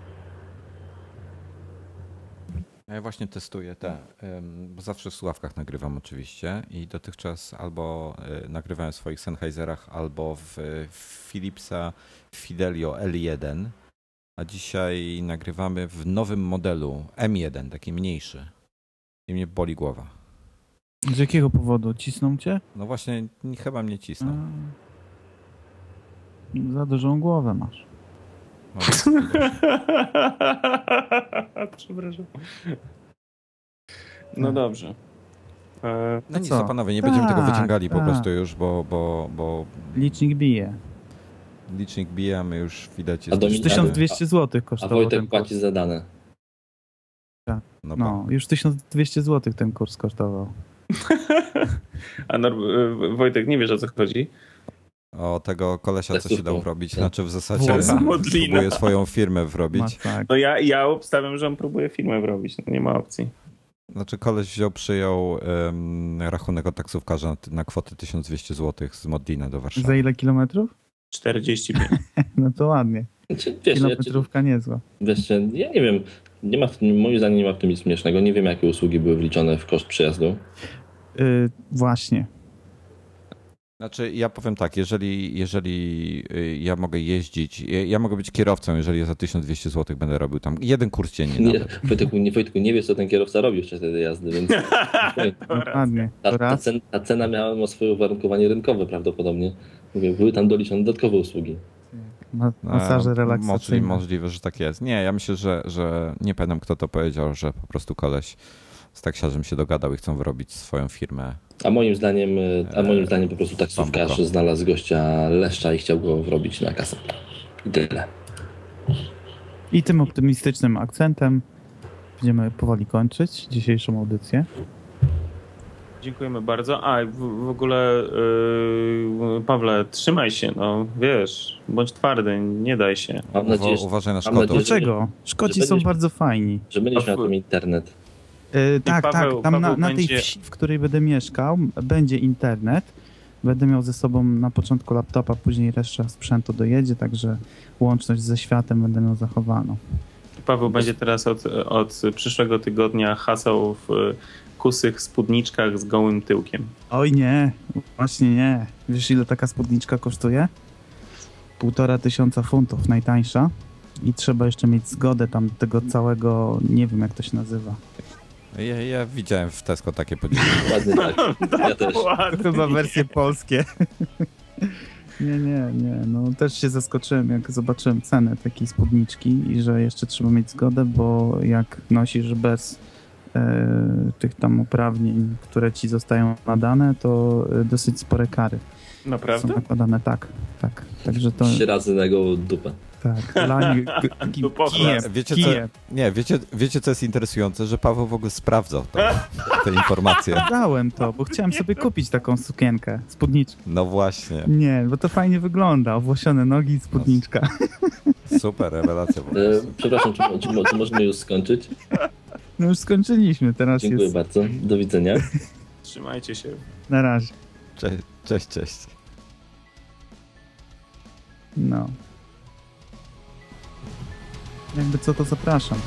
Ja właśnie testuję bo zawsze w słuchawkach nagrywam oczywiście i dotychczas albo nagrywałem w swoich Sennheiserach, albo w Philipsa Fidelio L1, a dzisiaj nagrywamy w nowym modelu M1, taki mniejszy. I mnie boli głowa. Z jakiego powodu? Cisną cię? No właśnie, chyba mnie cisną. Za dużą głowę masz. No, przepraszam. No dobrze. no nic, co? to panowie, nie będziemy tego Tak, wyciągali po tak. prostu już, bo Licznik bije. licznik bije, a my już widać A jest... Dominik- 1200 zł A kosztował Wojtek ten kurs. płaci za dane. No, już 1200 zł ten kurs kosztował. A Wojtek, nie wiesz, o co chodzi? O tego kolesia, co się dał wrobić, Tak. znaczy w zasadzie Z Modlina. próbuje swoją firmę Masz wrobić. tak. No ja obstawiam, że on próbuje filmę wrobić. No nie ma opcji. Znaczy koleś przyjął rachunek od taksówkarza na kwotę 1200 zł z Modlina do Warszawy. Za ile kilometrów? 45. No to ładnie. Wiesz, Kilometrówka niezła. ja nie wiem, moim zdaniem nie ma w tym nic śmiesznego. Nie wiem, jakie usługi były wliczone w koszt przyjazdu. Właśnie. Znaczy ja powiem tak, jeżeli ja mogę jeździć, ja mogę być kierowcą, jeżeli za 1200 zł będę robił tam jeden kurs dziennie nawet. Wojtku, nie wiesz, co ten kierowca robił w czasie tej jazdy, więc Dokładnie. To raz. ta cena miała swoje uwarunkowanie rynkowe prawdopodobnie. Mówię, były tam doliczone dodatkowe usługi. Masaże relaksacyjne. Możliwe, że tak jest. Nie, ja myślę, że nie pamiętam, kto to powiedział, że po prostu koleś z taksiarzem się dogadał i chcą wyrobić swoją firmę. A moim zdaniem po prostu taksówkarz znalazł gościa leszcza i chciał go wrobić na kasę. I tyle. I tym optymistycznym akcentem będziemy powoli kończyć dzisiejszą audycję. Dziękujemy bardzo. A w ogóle Pawle, trzymaj się, no wiesz, bądź twardy, nie daj się. Mam nadzieję, Uważaj na mam Szkotów. nadzieję, Dlaczego? Szkoci że są będziesz- bardzo fajni. że będziesz miał tam internet. Tak, Paweł- tak. Tam Paweł na tej będzie- wsi, w której będę mieszkał, będzie internet. Będę miał ze sobą na początku laptopa, później reszta sprzętu dojedzie, także łączność ze światem będę miał zachowaną. Paweł będzie teraz od przyszłego tygodnia hasał w kusych spódniczkach z gołym tyłkiem. Oj nie, właśnie nie. Wiesz ile taka spódniczka kosztuje? 1500 funtów najtańsza i trzeba jeszcze mieć zgodę tam tego całego, nie wiem jak to się nazywa. Ja widziałem w Tesco takie podziały. Ładnie tak. Ja też. To chyba wersje polskie. Nie, no też się zaskoczyłem, jak zobaczyłem cenę takiej spódniczki i że jeszcze trzeba mieć zgodę, bo jak nosisz bez tych tam uprawnień, które ci zostają nadane, to dosyć spore kary Naprawdę? są nakładane. Tak. Także to... 3 razy na gołą dupę. Tak, lanie To pochlas. kijem. Wiecie, co jest interesujące? Że Paweł w ogóle sprawdzał te informacje. Dałem to, bo chciałem sobie kupić taką sukienkę, spódniczkę. No właśnie. Nie, bo to fajnie wygląda, owłosione nogi i spódniczka. Super, rewelacja. Po prostu. Przepraszam, czy możemy już skończyć? No już skończyliśmy, teraz Dziękuję jest... bardzo. Do widzenia. Trzymajcie się. Na razie. Cześć. No. Jakby co, to zapraszam.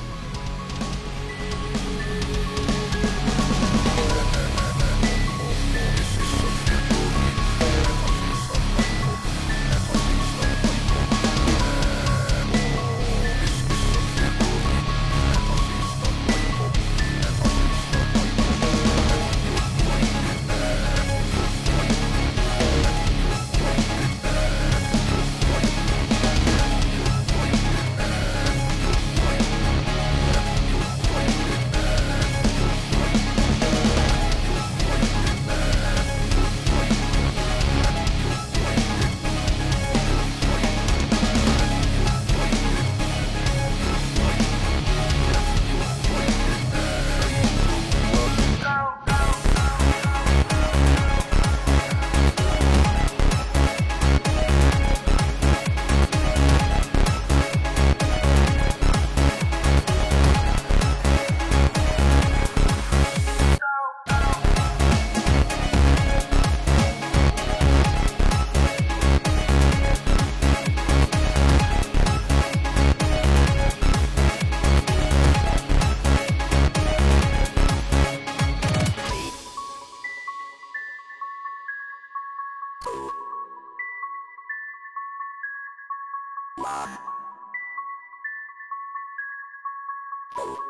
You